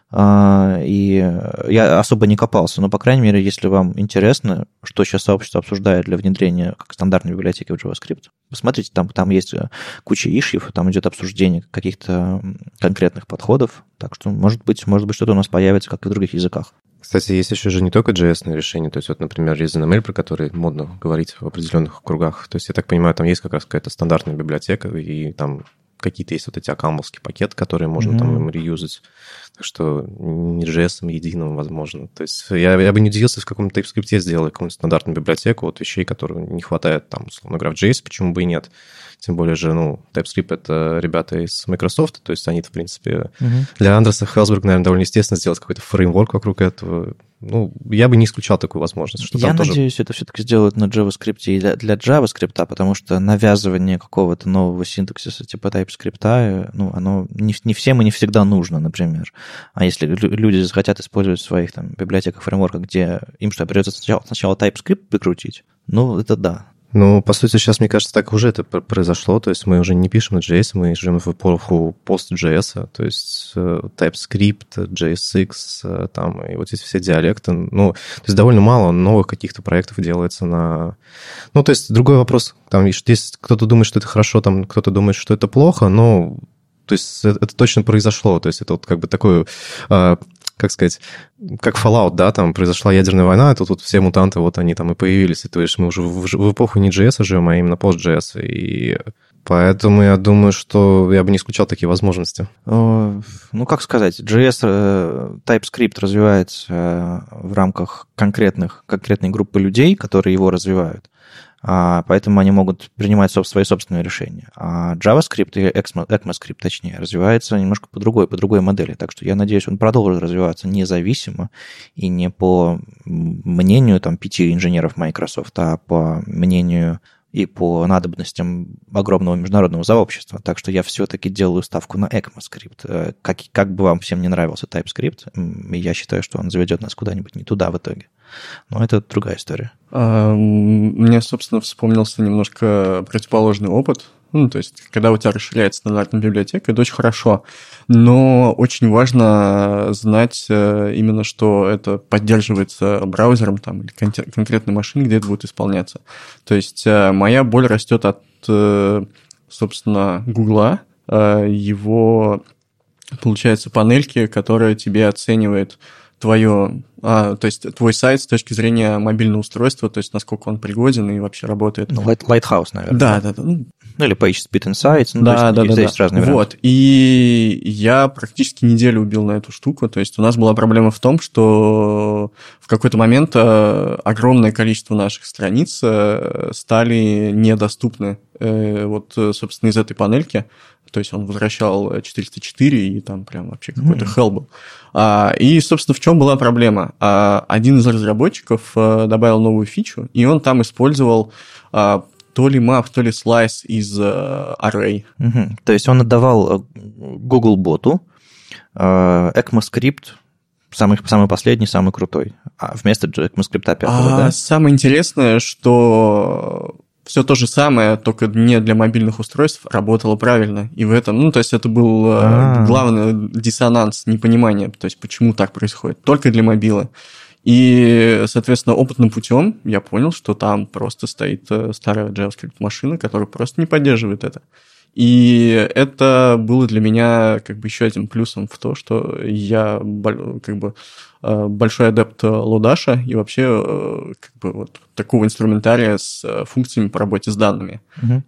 И я особо не копался. Но, по крайней мере, если вам интересно, что сейчас сообщество обсуждает для внедрения как стандартной библиотеки в JavaScript, посмотрите, там, там есть куча ишьев, там идет обсуждение каких-то конкретных подходов. Так что, может быть, может быть, что-то у нас появится, как и в других языках. Кстати, есть еще же не только джей эс-ные решения, то есть вот, например, ReasonML, про который модно говорить в определенных кругах. То есть я так понимаю, там есть как раз какая-то стандартная библиотека, и там какие-то есть вот эти акамловские пакеты, которые можно mm-hmm. там им реюзать. Так что не джей эс единым возможно. То есть я, я бы не удивился, в каком-то TypeScript сделали какую-нибудь стандартную библиотеку, вот вещей, которые не хватает там, условно говоря, в джей эс, почему бы и нет. Тем более же, ну, TypeScript — это ребята из Microsoft, то есть они, в принципе, uh-huh. для Андреса Хелсберга, наверное, довольно естественно сделать какой-то фреймворк вокруг этого. Ну, я бы не исключал такую возможность. Что я там надеюсь, тоже... это все-таки сделают на JavaScript и для, для JavaScript, потому что навязывание какого-то нового синтаксиса типа TypeScript, ну, оно не, не всем и не всегда нужно, например. А если люди захотят использовать в своих там библиотеках, фреймворках, где им что, придется сначала, сначала TypeScript прикрутить, ну, это да. Ну, по сути, сейчас, мне кажется, так уже это произошло. То есть мы уже не пишем на джей эс, мы живем в эпоху пост-джей эс, то есть TypeScript, джей эс икс, там, и вот эти все диалекты. Ну, то есть довольно мало новых каких-то проектов делается на... Ну, то есть другой вопрос. Там есть кто-то думает, что это хорошо, там кто-то думает, что это плохо, но... То есть это, это точно произошло. То есть это вот как бы такое... как сказать, как Fallout, да, там произошла ядерная война, и тут вот все мутанты, вот они там и появились, и то есть мы уже в, в эпоху не джей эс живем, а именно пост-джей эс, и поэтому я думаю, что я бы не исключал такие возможности. Ну, как сказать, джей эс, TypeScript развивается в рамках конкретных, конкретной группы людей, которые его развивают, поэтому они могут принимать свои собственные решения. А JavaScript и ECMAScript, точнее, развивается немножко по другой, по другой модели. Так что я надеюсь, он продолжит развиваться независимо и не по мнению там, пяти инженеров Microsoft, а по мнению и по надобностям огромного международного сообщества. Так что я все-таки делаю ставку на ECMAScript. Как, как бы вам всем не нравился TypeScript, я считаю, что он заведет нас куда-нибудь не туда в итоге. Но это другая история. А, мне, собственно, вспомнился немножко противоположный опыт. Ну, то есть, когда у тебя расширяется стандартная библиотека, это очень хорошо. Но очень важно знать именно, что это поддерживается браузером там, или кон- конкретной машиной, где это будет исполняться. То есть, моя боль растет от, собственно, Гугла, его, получается, панельки, которая тебе оценивает твое, а, то есть твой сайт с точки зрения мобильного устройства, то есть насколько он пригоден и вообще работает. Ну, Light, Lighthouse, наверное. Да, да, да. Ну, или PageSpeed Insights. Ну, да, то есть, да, да. Есть да. разные вот. варианты. И я практически неделю убил на эту штуку. То есть у нас была проблема в том, что в какой-то момент огромное количество наших страниц стали недоступны вот, собственно, из этой панельки. То есть он возвращал четыреста четыре, и там прям вообще какой-то mm-hmm. hell был. А, и, собственно, в чем была проблема? А, один из разработчиков а, добавил новую фичу, и он там использовал а, то ли map, то ли slice из а, array. Mm-hmm. То есть он отдавал Google-боту а, ECMAScript, самый, самый последний, самый крутой, а вместо ECMAScript пятого, а, да? Самое интересное, что... Все то же самое, только не для мобильных устройств, работало правильно. И в этом, ну, то есть это был А-а-а. главный диссонанс, непонимание, то есть почему так происходит, только для мобилы. И, соответственно, опытным путем я понял, что там просто стоит старая JavaScript-машина, которая просто не поддерживает это. И это было для меня как бы еще одним плюсом в то, что я как бы большой адепт Lodash и вообще как бы вот такого инструментария с функциями по работе с данными. Uh-huh.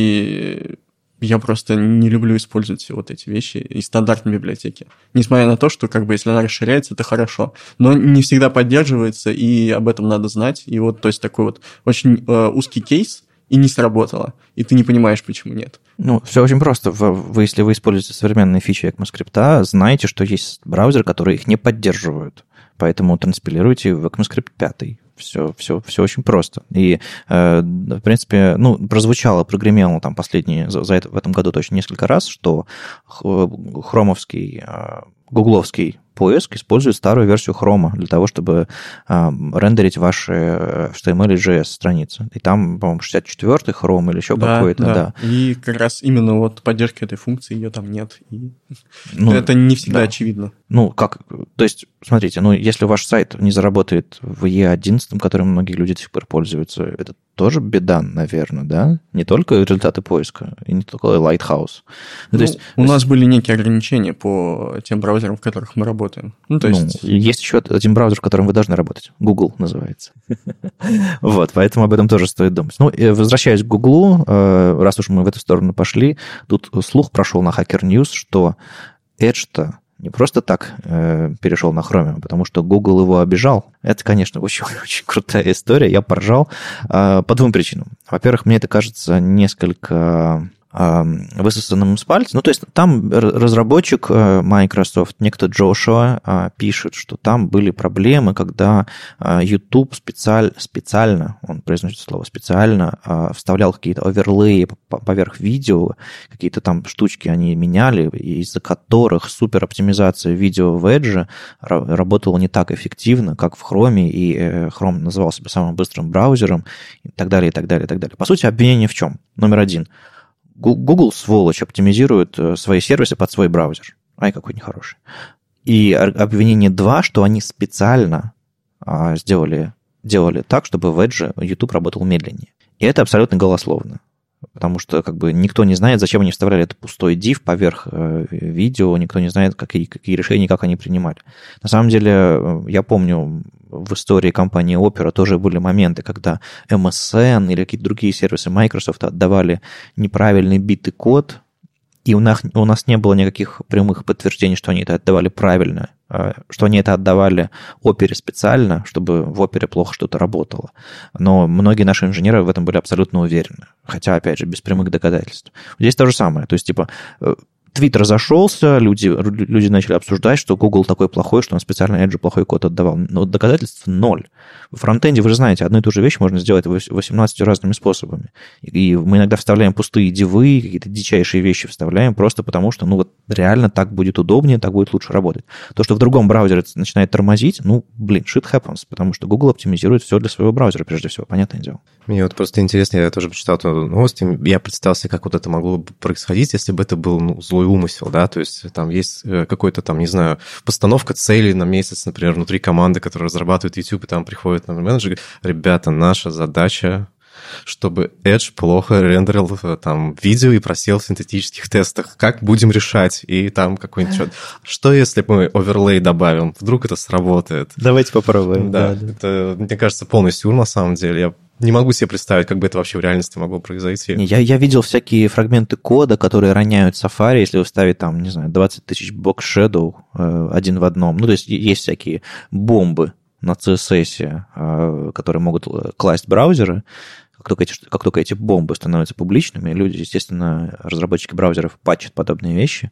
И я просто не люблю использовать все вот эти вещи из стандартной библиотеки. Несмотря на то, что как бы если она расширяется, это хорошо. Но не всегда поддерживается, и об этом надо знать. И вот, то есть такой вот очень э, узкий кейс, и не сработало. И ты не понимаешь, почему нет. Ну, все очень просто. Вы, если вы используете современные фичи ECMAScript, знаете, что есть браузеры, которые их не поддерживают. Поэтому транспилируйте в ECMAScript пять. Все, все, все очень просто. И, э, в принципе, ну, прозвучало, прогремело там последние, за, за это, в этом году точно несколько раз, что хромовский, э, гугловский поиск использует старую версию Chrome для того, чтобы э, рендерить ваши эйч ти эм эль и джей эс страницы. И там, по-моему, шестьдесят четвёртый Chrome или еще да, какой-то. Да. Да. И как раз именно вот поддержки этой функции ее там нет. И ну, это не всегда да. очевидно. Ну, как? То есть, смотрите, ну, если ваш сайт не заработает в и одиннадцать, которым многие люди до сих пор пользуются, это тоже беда, наверное, да? Не только результаты поиска, и не только Lighthouse. Ну, ну, то есть, у нас были некие ограничения по тем браузерам, в которых мы работаем. Ну, то есть... ну, есть еще один браузер, в котором вы должны работать. Google называется. Вот, поэтому об этом тоже стоит думать. Ну, возвращаясь к Google, раз уж мы в эту сторону пошли, тут слух прошел на Hacker News, что Edge-то не просто так э, перешел на Chromium, потому что Google его обижал. Это, конечно, очень-очень крутая история. Я поржал э, по двум причинам. Во-первых, мне это кажется несколько э, высосанным из пальца. Ну, то есть там разработчик э, Microsoft, некто Джошуа, э, пишет, что там были проблемы, когда э, YouTube специаль, специально, он произносит слово специально, э, вставлял какие-то оверлеи поверх видео, какие-то там штучки они меняли, из-за которых супероптимизация видео в Edge работала не так эффективно, как в Chrome, и Chrome называл себя самым быстрым браузером, и так далее, и так далее, и так далее. По сути, обвинение в чем? Номер один. Google, сволочь, оптимизирует свои сервисы под свой браузер. Ай, какой нехороший. И обвинение два, что они специально сделали, делали так, чтобы в Edge YouTube работал медленнее. И это абсолютно голословно. Потому что как бы никто не знает, зачем они вставляли этот пустой div поверх э, видео, никто не знает, какие, какие решения, как они принимали. На самом деле, я помню, в истории компании Opera тоже были моменты, когда эм эс эн или какие-то другие сервисы Microsoft отдавали неправильный бит и код, и у нас, у нас не было никаких прямых подтверждений, что они это отдавали правильно, что они это отдавали Опере специально, чтобы в Опере плохо что-то работало. Но многие наши инженеры в этом были абсолютно уверены. Хотя, опять же, без прямых доказательств. Здесь то же самое. То есть, типа, твит разошелся, люди, люди начали обсуждать, что Google такой плохой, что он специально Edge плохой код отдавал. Но доказательств ноль. В фронтенде, вы же знаете, одну и ту же вещь можно сделать восемнадцатью разными способами. И мы иногда вставляем пустые дивы, какие-то дичайшие вещи вставляем, просто потому что, ну, вот реально так будет удобнее, так будет лучше работать. То, что в другом браузере начинает тормозить, ну, блин, shit happens, потому что Google оптимизирует все для своего браузера, прежде всего, понятное дело. Мне вот просто интересно, я тоже почитал эту новость, я представил себе, как вот это могло бы происходить, если бы это был, ну, злой умысел, да, то есть там есть какой-то там, не знаю, постановка целей на месяц, например, внутри команды, которая разрабатывает YouTube, и там приходит, например, менеджер, говорит, ребята, наша задача, чтобы Edge плохо рендерил там видео и просел в синтетических тестах. Как будем решать? И там какой-нибудь... Что, если мы оверлей добавим? Вдруг это сработает? Давайте попробуем. Да, да, это, мне кажется, полный сюр на самом деле. Я не могу себе представить, как бы это вообще в реальности могло произойти. Я, я видел всякие фрагменты кода, которые роняют Safari, если вы ставите там, не знаю, двадцать тысяч box shadow э, один в одном. Ну, то есть есть всякие бомбы на си эс эс, э, которые могут класть браузеры. Как только, эти, как только эти бомбы становятся публичными, люди, естественно, разработчики браузеров патчат подобные вещи.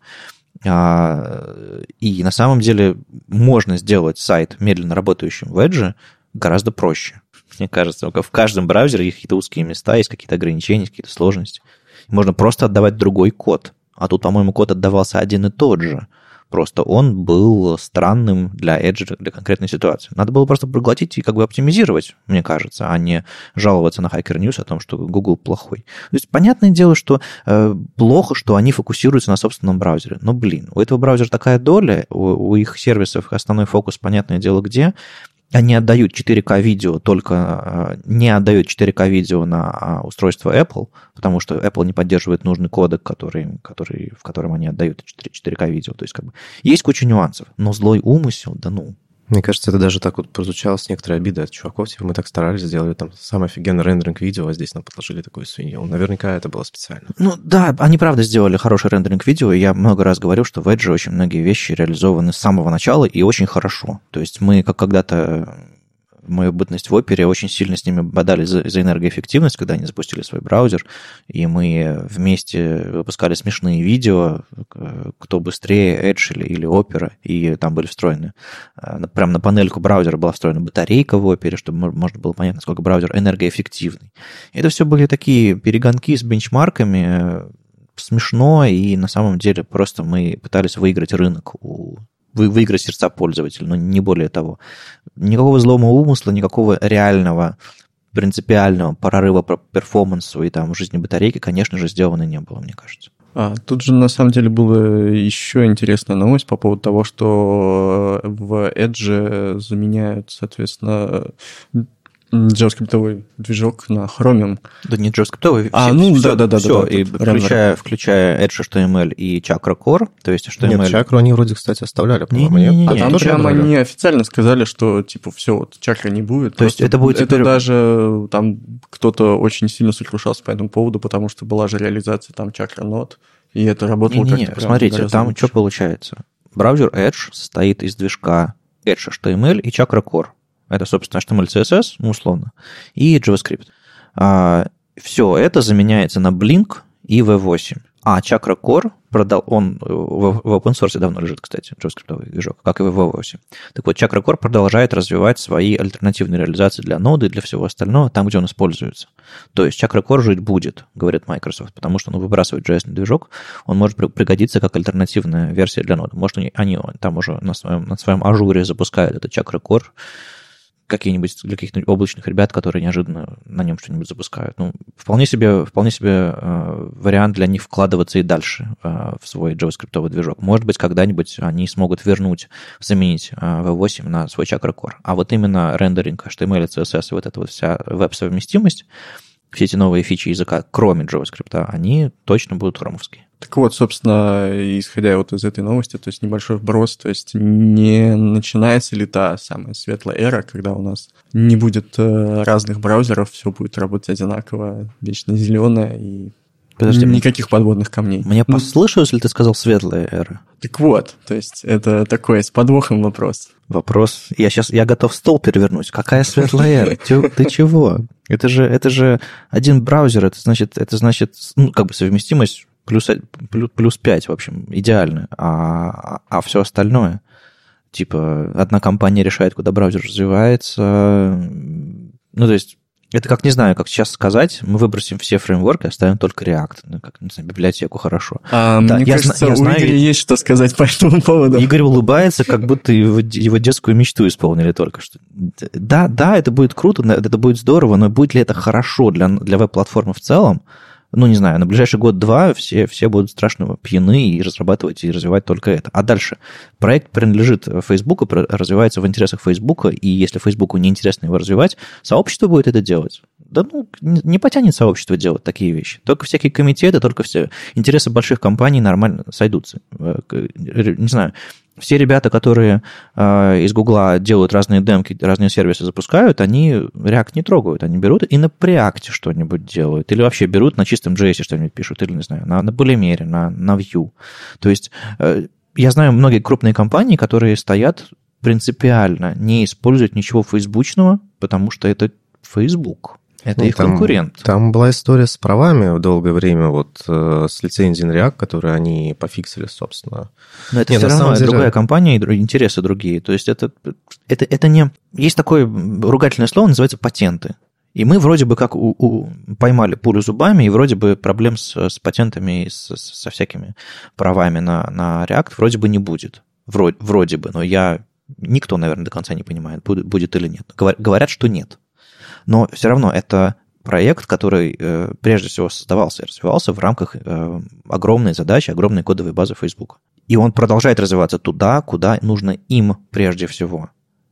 А, и на самом деле можно сделать сайт медленно работающим в Edge гораздо проще. Мне кажется, в каждом браузере есть какие-то узкие места, есть какие-то ограничения, какие-то сложности. Можно просто отдавать другой код. А тут, по-моему, код отдавался один и тот же. Просто он был странным для Edge, для конкретной ситуации. Надо было просто проглотить и как бы оптимизировать, мне кажется, а не жаловаться на Hacker News о том, что Google плохой. То есть, понятное дело, что э, плохо, что они фокусируются на собственном браузере. Но, блин, у этого браузера такая доля, у, у их сервисов основной фокус, понятное дело, где. они отдают четыре ка видео, только не отдают четыре ка видео на устройство Apple, потому что Apple не поддерживает нужный кодек, который, который, в котором они отдают четыре ка видео. То есть как бы есть куча нюансов, но злой умысел, да ну... Мне кажется, это даже так вот прозвучало с некоторой обидой от чуваков. Типа, мы так старались, сделали там самый офигенный рендеринг видео, а здесь нам подложили такую свинью. Наверняка это было специально. Ну да, они правда сделали хороший рендеринг видео. Я много раз говорю, что в Edge очень многие вещи реализованы с самого начала и очень хорошо. То есть мы, как когда-то... мою бытность в Опере, очень сильно с ними бодали за, за энергоэффективность, когда они запустили свой браузер, и мы вместе выпускали смешные видео, кто быстрее, Edge или, или Opera, и там были встроены, прямо на панельку браузера была встроена батарейка в Опере, чтобы можно было понять, насколько браузер энергоэффективный. И это все были такие перегонки с бенчмарками, смешно, и на самом деле просто мы пытались выиграть рынок у выиграть сердца пользователя, но не более того. Никакого злого умысла, никакого реального, принципиального прорыва по перформансу и там жизни батарейки, конечно же, сделано не было, мне кажется. А, тут же, на самом деле, была еще интересная новость по поводу того, что в Edge заменяют, соответственно, JavaScript движок на Chromium. Да не JavaScript, а, все, ну, да, да, да, все, да, и включая, включая Edge эйч ти эм эль и Chakra Core, то есть эйч ти эм эль... Нет, Chakra они вроде, кстати, оставляли, по-моему, не, не, не, нет? не, А не, там прямо оставляли. они официально сказали, что, типа, все, вот Chakra не будет. То есть это будет Это теперь... даже там кто-то очень сильно сокрушался по этому поводу, потому что была же реализация там Chakra Node, и это работало как-то Не-не-не, посмотрите, там лучше. Что получается? Браузер Edge состоит из движка Edge эйч ти эм эль и Chakra Core. Это, собственно, эйч ти эм эль, си эс эс, ну, условно, и JavaScript. А, все это заменяется на Blink и ви восемь. А Chakra Core, продал, он в, в open source давно лежит, кстати, JavaScript движок, как и ви восемь. Так вот, Chakra Core продолжает развивать свои альтернативные реализации для ноды и для всего остального, там, где он используется. То есть Chakra Core жить будет, говорит Microsoft, потому что он выбрасывает джей эс движок, он может пригодиться как альтернативная версия для ноды. Может, они, они там уже на своем, на своем ажуре запускают этот Chakra Core, какие-нибудь для каких-нибудь облачных ребят, которые неожиданно на нем что-нибудь запускают. Ну, вполне себе, вполне себе э, вариант для них вкладываться и дальше э, в свой JavaScript движок. Может быть, когда-нибудь они смогут вернуть, заменить э, ви восемь на свой Chakra Core. А вот именно рендеринг эйч ти эм эль, си эс эс и вот эта вот вся веб-совместимость, все эти новые фичи языка, кроме JavaScript, они точно будут хромовские. Так вот, собственно, исходя вот из этой новости, то есть небольшой вброс, то есть не начинается ли та самая светлая эра, когда у нас не будет разных браузеров, все будет работать одинаково, вечно зеленое и Подожди, никаких подводных камней. Мне ну, послышалось, если ты сказал светлая эра? Так вот, то есть это такой с подвохом вопрос. Вопрос. Я сейчас я готов стол перевернуть. Какая светлая эра? Ты чего? Это же, это же один браузер, это значит, это значит, ну, как бы совместимость плюс, плюс, плюс пять, в общем, идеально. А, а все остальное, типа, одна компания решает, куда браузер развивается. Ну, то есть, это как, не знаю, как сейчас сказать, мы выбросим все фреймворки, оставим только React. Ну, как, не знаю, библиотеку хорошо. А, да, мне я кажется, я у знаю, Игоря есть что сказать по этому поводу. Игорь улыбается, как будто его, его детскую мечту исполнили только что. Да, да, это будет круто, это будет здорово, но будет ли это хорошо для, для веб-платформы в целом? Ну, не знаю, на ближайший год-два все, все будут страшно пьяны и разрабатывать и развивать только это. А дальше проект принадлежит Фейсбуку, развивается в интересах Фейсбука, и если Фейсбуку неинтересно его развивать, сообщество будет это делать. Да ну, не потянет сообщество делать такие вещи. Только всякие комитеты, только все интересы больших компаний нормально сойдутся. Не знаю, все ребята, которые э, из Гугла делают разные демки, разные сервисы запускают, они React не трогают. Они берут и на Preact что-нибудь делают. Или вообще берут на чистом джей эс что-нибудь пишут. Или, не знаю, на, на Polymere, на, на Vue. То есть э, я знаю многие крупные компании, которые стоят принципиально, не используют ничего фейсбучного, потому что это Facebook. Это ну, их там, конкурент. Там была история с правами в долгое время, вот э, с лицензией на React, которые они пофиксили, собственно. Но это Нет, все равно деле... другая компания и интересы другие. То есть это, это, это не... Есть такое ругательное слово, называется патенты. И мы вроде бы как у, у, поймали пулю зубами, и вроде бы проблем с, с патентами и с, со всякими правами на, на React вроде бы не будет. Вроде, вроде бы, но я... Никто, наверное, до конца не понимает, будет, будет или нет. Говорят, что нет. Но все равно это проект, который э, прежде всего создавался и развивался в рамках э, огромной задачи, огромной кодовой базы Facebook. И он продолжает развиваться туда, куда нужно им прежде всего.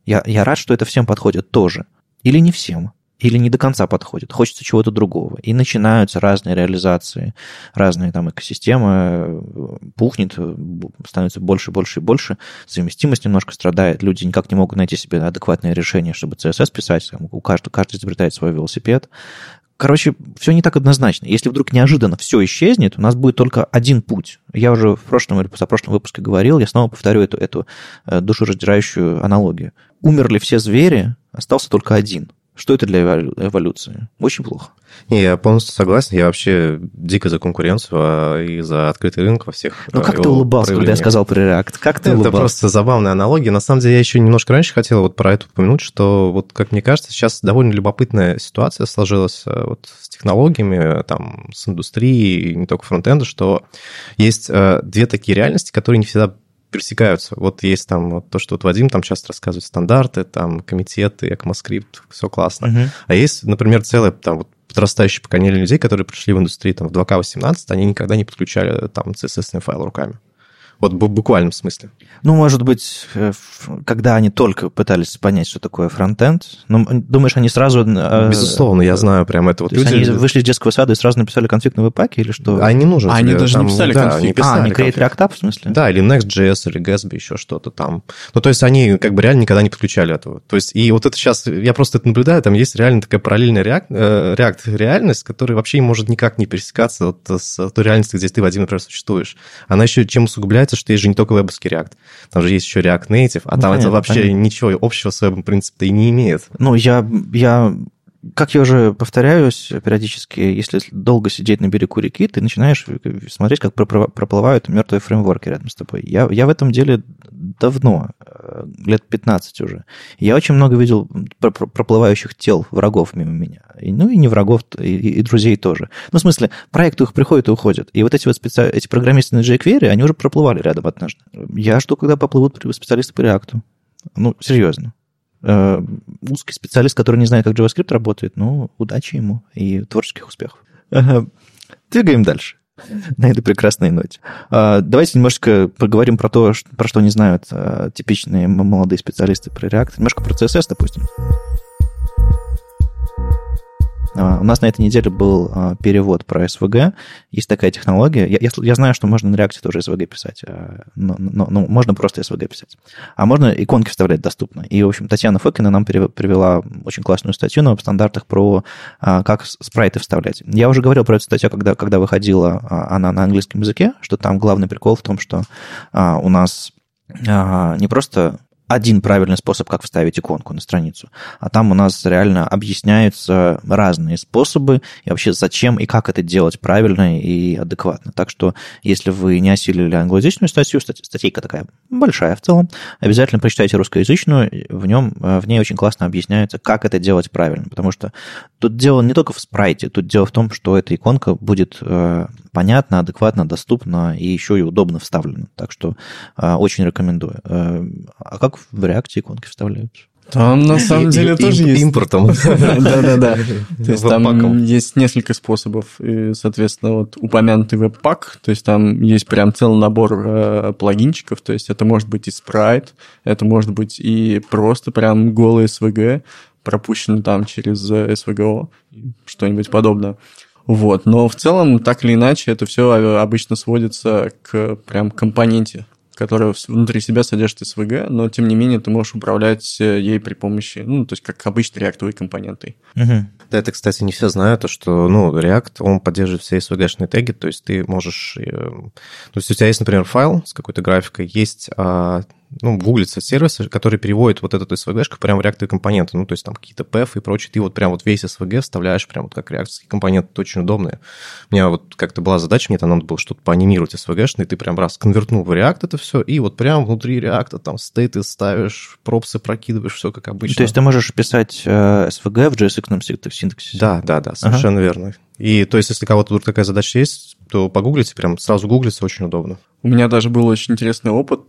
Я, я рад, что это всем подходит тоже. Или не всем. Или не до конца подходит. Хочется чего-то другого. И начинаются разные реализации, разные там экосистемы, пухнет, становится больше, больше и больше. Совместимость немножко страдает. Люди никак не могут найти себе адекватное решение, чтобы си эс эс писать. У каждого, каждый изобретает свой велосипед. Короче, все не так однозначно. Если вдруг неожиданно все исчезнет, у нас будет только один путь. Я уже в прошлом или позапрошлом выпуске говорил, я снова повторю эту, эту душераздирающую аналогию. Умерли все звери, остался только один. Что это для эволюции? Очень плохо. Не, я полностью согласен. Я вообще дико за конкуренцию а и за открытый рынок во всех. Ну, как ты улыбался, когда я сказал про React? Как ты это улыбался? Просто забавная аналогия. На самом деле, я еще немножко раньше хотел вот про это упомянуть, что, вот, как мне кажется, сейчас довольно любопытная ситуация сложилась вот с технологиями, там, с индустрией, не только фронтенда, что есть две такие реальности, которые не всегда пересекаются. Вот есть там вот то, что вот Вадим там часто рассказывает, стандарты, там, комитеты, ECMAScript, все классно. Uh-huh. А есть, например, целое там вот подрастающее поколение людей, которые пришли в индустрию там в два ка восемнадцать, они никогда не подключали там си эс эс-ный файл руками. Вот в буквальном смысле. Ну, может быть, когда они только пытались понять, что такое фронтенд, ну, думаешь, они сразу... Безусловно, я знаю прям это. Вот то люди... есть они вышли из детского сада и сразу написали конфиг на веб-паке или что? А не нужен. А они даже там, не писали да, конфиг. А, они create React App, в смысле? Да, или Next.js, или Gatsby, еще что-то там. Ну, то есть они как бы реально никогда не подключали этого. То есть и вот это сейчас, я просто это наблюдаю, там есть реально такая параллельная React, React реальность, которая вообще может никак не пересекаться вот с той реальностью, где ты, Вадим, например, существуешь. Она еще чем усугубляется, что есть же не только вебовский React, там же есть еще React Native, а ну, там понятно, это вообще понятно. Ничего общего с вебом, в принципе, и не имеет. Ну, я, я, как я уже повторяюсь периодически, если долго сидеть на берегу реки, ты начинаешь смотреть, как проплывают мертвые фреймворки рядом с тобой. Я, я в этом деле давно, лет пятнадцать уже. Я очень много видел проплывающих тел врагов мимо меня. И, ну, и не врагов, и, и друзей тоже. Ну, в смысле, проекты их приходят и уходят. И вот эти вот специ... эти программисты на jQuery, они уже проплывали рядом однажды. Я жду, когда поплывут специалисты по React. Ну, серьезно. Э, узкий специалист, который не знает, как JavaScript работает, ну, удачи ему и творческих успехов. Ага. Двигаем дальше. На этой прекрасной ноте. Давайте немножко поговорим про то, про что не знают типичные молодые специалисты про React. Немножко про си эс эс, допустим. У нас на этой неделе был перевод про эс ви джи. Есть такая технология. Я, я, я знаю, что можно на React тоже эс ви джи писать, но, но, но можно просто эс ви джи писать. А можно иконки вставлять доступно. И, в общем, Татьяна Фокина нам привела очень классную статью на веб-стандартах про как спрайты вставлять. Я уже говорил про эту статью, когда, когда выходила она на английском языке, что там главный прикол в том, что у нас не просто один правильный способ, как вставить иконку на страницу, а там у нас реально объясняются разные способы, и вообще зачем и как это делать правильно и адекватно. Так что, если вы не осилили англоязычную статью, статейка такая большая в целом, обязательно прочитайте русскоязычную, в, нем, в ней очень классно объясняется, как это делать правильно, потому что тут дело не только в спрайте, тут дело в том, что эта иконка будет понятно, адекватно, доступно и еще и удобно вставлена. Так что очень рекомендую. А как в React иконки вставляются? Там, на самом деле, тоже есть... Импортом. Да-да-да. То есть там есть несколько способов. И, соответственно, вот упомянутый веб-пак, то есть там есть прям целый набор плагинчиков, то есть это может быть и спрайт, это может быть и просто прям голый эс ви джи, пропущенный там через эс ви джи о, что-нибудь подобное. Вот. Но в целом, так или иначе, это все обычно сводится к прям компоненте, которая внутри себя содержит эс ви джи, но, тем не менее, ты можешь управлять ей при помощи, ну, то есть, как обычной реактовой компонентой. Угу. Да, это, кстати, не все знают, то, что, ну, React, он поддерживает все эс ви джи-шные теги, то есть ты можешь... То есть у тебя есть, например, файл с какой-то графикой, есть... ну, гуглится сервис, который переводит вот эту эс ви джи-шку прямо в реактовые компоненты, ну, то есть там какие-то пэф и прочее, ты вот прям вот весь эс ви джи вставляешь прям вот как реакторские компоненты, это очень удобно. У меня вот как-то была задача, мне там надо было что-то поанимировать эс ви джи-шный, ты прям раз конвертнул в React это все, и вот прям внутри React там стейты ставишь, пропсы прокидываешь, все как обычно. То есть ты можешь писать э, эс ви джи в джей эс икс-ном синтаксисе? Да, да, да, совершенно ага. верно. И то есть если у кого-то вдруг такая задача есть, то погуглите, прям сразу гуглится, очень удобно. У меня даже был очень интересный опыт.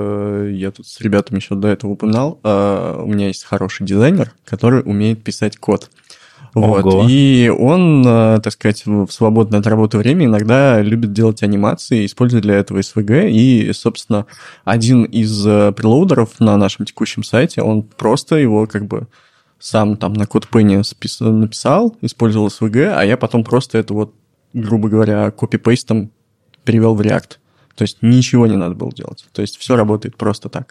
Я тут с ребятами еще до этого упоминал. У меня есть хороший дизайнер, который умеет писать код. Вот. И он, так сказать, в свободное от работы время иногда любит делать анимации, используя для этого эс ви джи. И, собственно, один из прелоудеров на нашем текущем сайте, он просто его как бы сам там на CodePen написал, использовал эс ви джи, а я потом просто это вот, грубо говоря, копипейстом перевел в React. То есть ничего не надо было делать. То есть все работает просто так.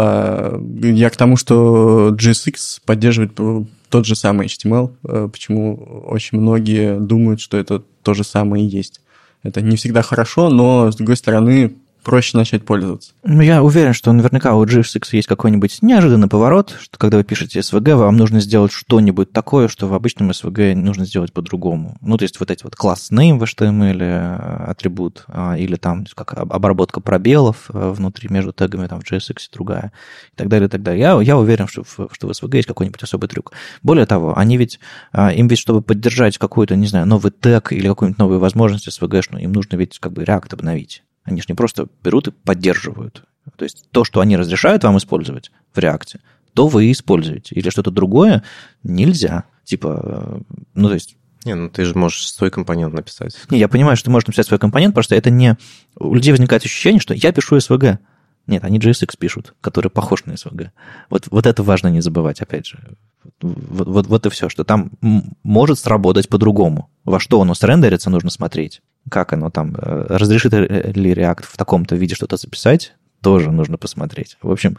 Я к тому, что джей эс икс поддерживает тот же самый эйч ти эм эл, почему очень многие думают, что это то же самое и есть. Это не всегда хорошо, но, с другой стороны, проще начать пользоваться. Ну, я уверен, что наверняка у джей эс икс есть какой-нибудь неожиданный поворот, что когда вы пишете эс ви джи, вам нужно сделать что-нибудь такое, что в обычном эс ви джи нужно сделать по-другому. Ну, то есть вот эти вот класс name в эйч ти эм эл, атрибут, или там как обработка пробелов внутри между тегами там, в джей эс икс другая, и так далее, и так далее. Я, я уверен, что в, что в эс ви джи есть какой-нибудь особый трюк. Более того, они ведь, им ведь, чтобы поддержать какой-то, не знаю, новый тег или какую-нибудь новую возможность эс ви джи-шную, им нужно ведь как бы React обновить. Они же не просто берут и поддерживают. То есть то, что они разрешают вам использовать в React, то вы используете. Или что-то другое нельзя. Типа, ну, то есть... Не, ну ты же можешь свой компонент написать. Не, я понимаю, что ты можешь написать свой компонент, просто это не... У людей возникает ощущение, что я пишу эс ви джи. Нет, они джей эс икс пишут, который похож на эс ви джи. Вот, вот это важно не забывать, опять же. Вот, вот, вот и все, что там может сработать по-другому. Во что оно срендерится, нужно смотреть. Как оно там, разрешит ли React в таком-то виде что-то записать, тоже нужно посмотреть. В общем,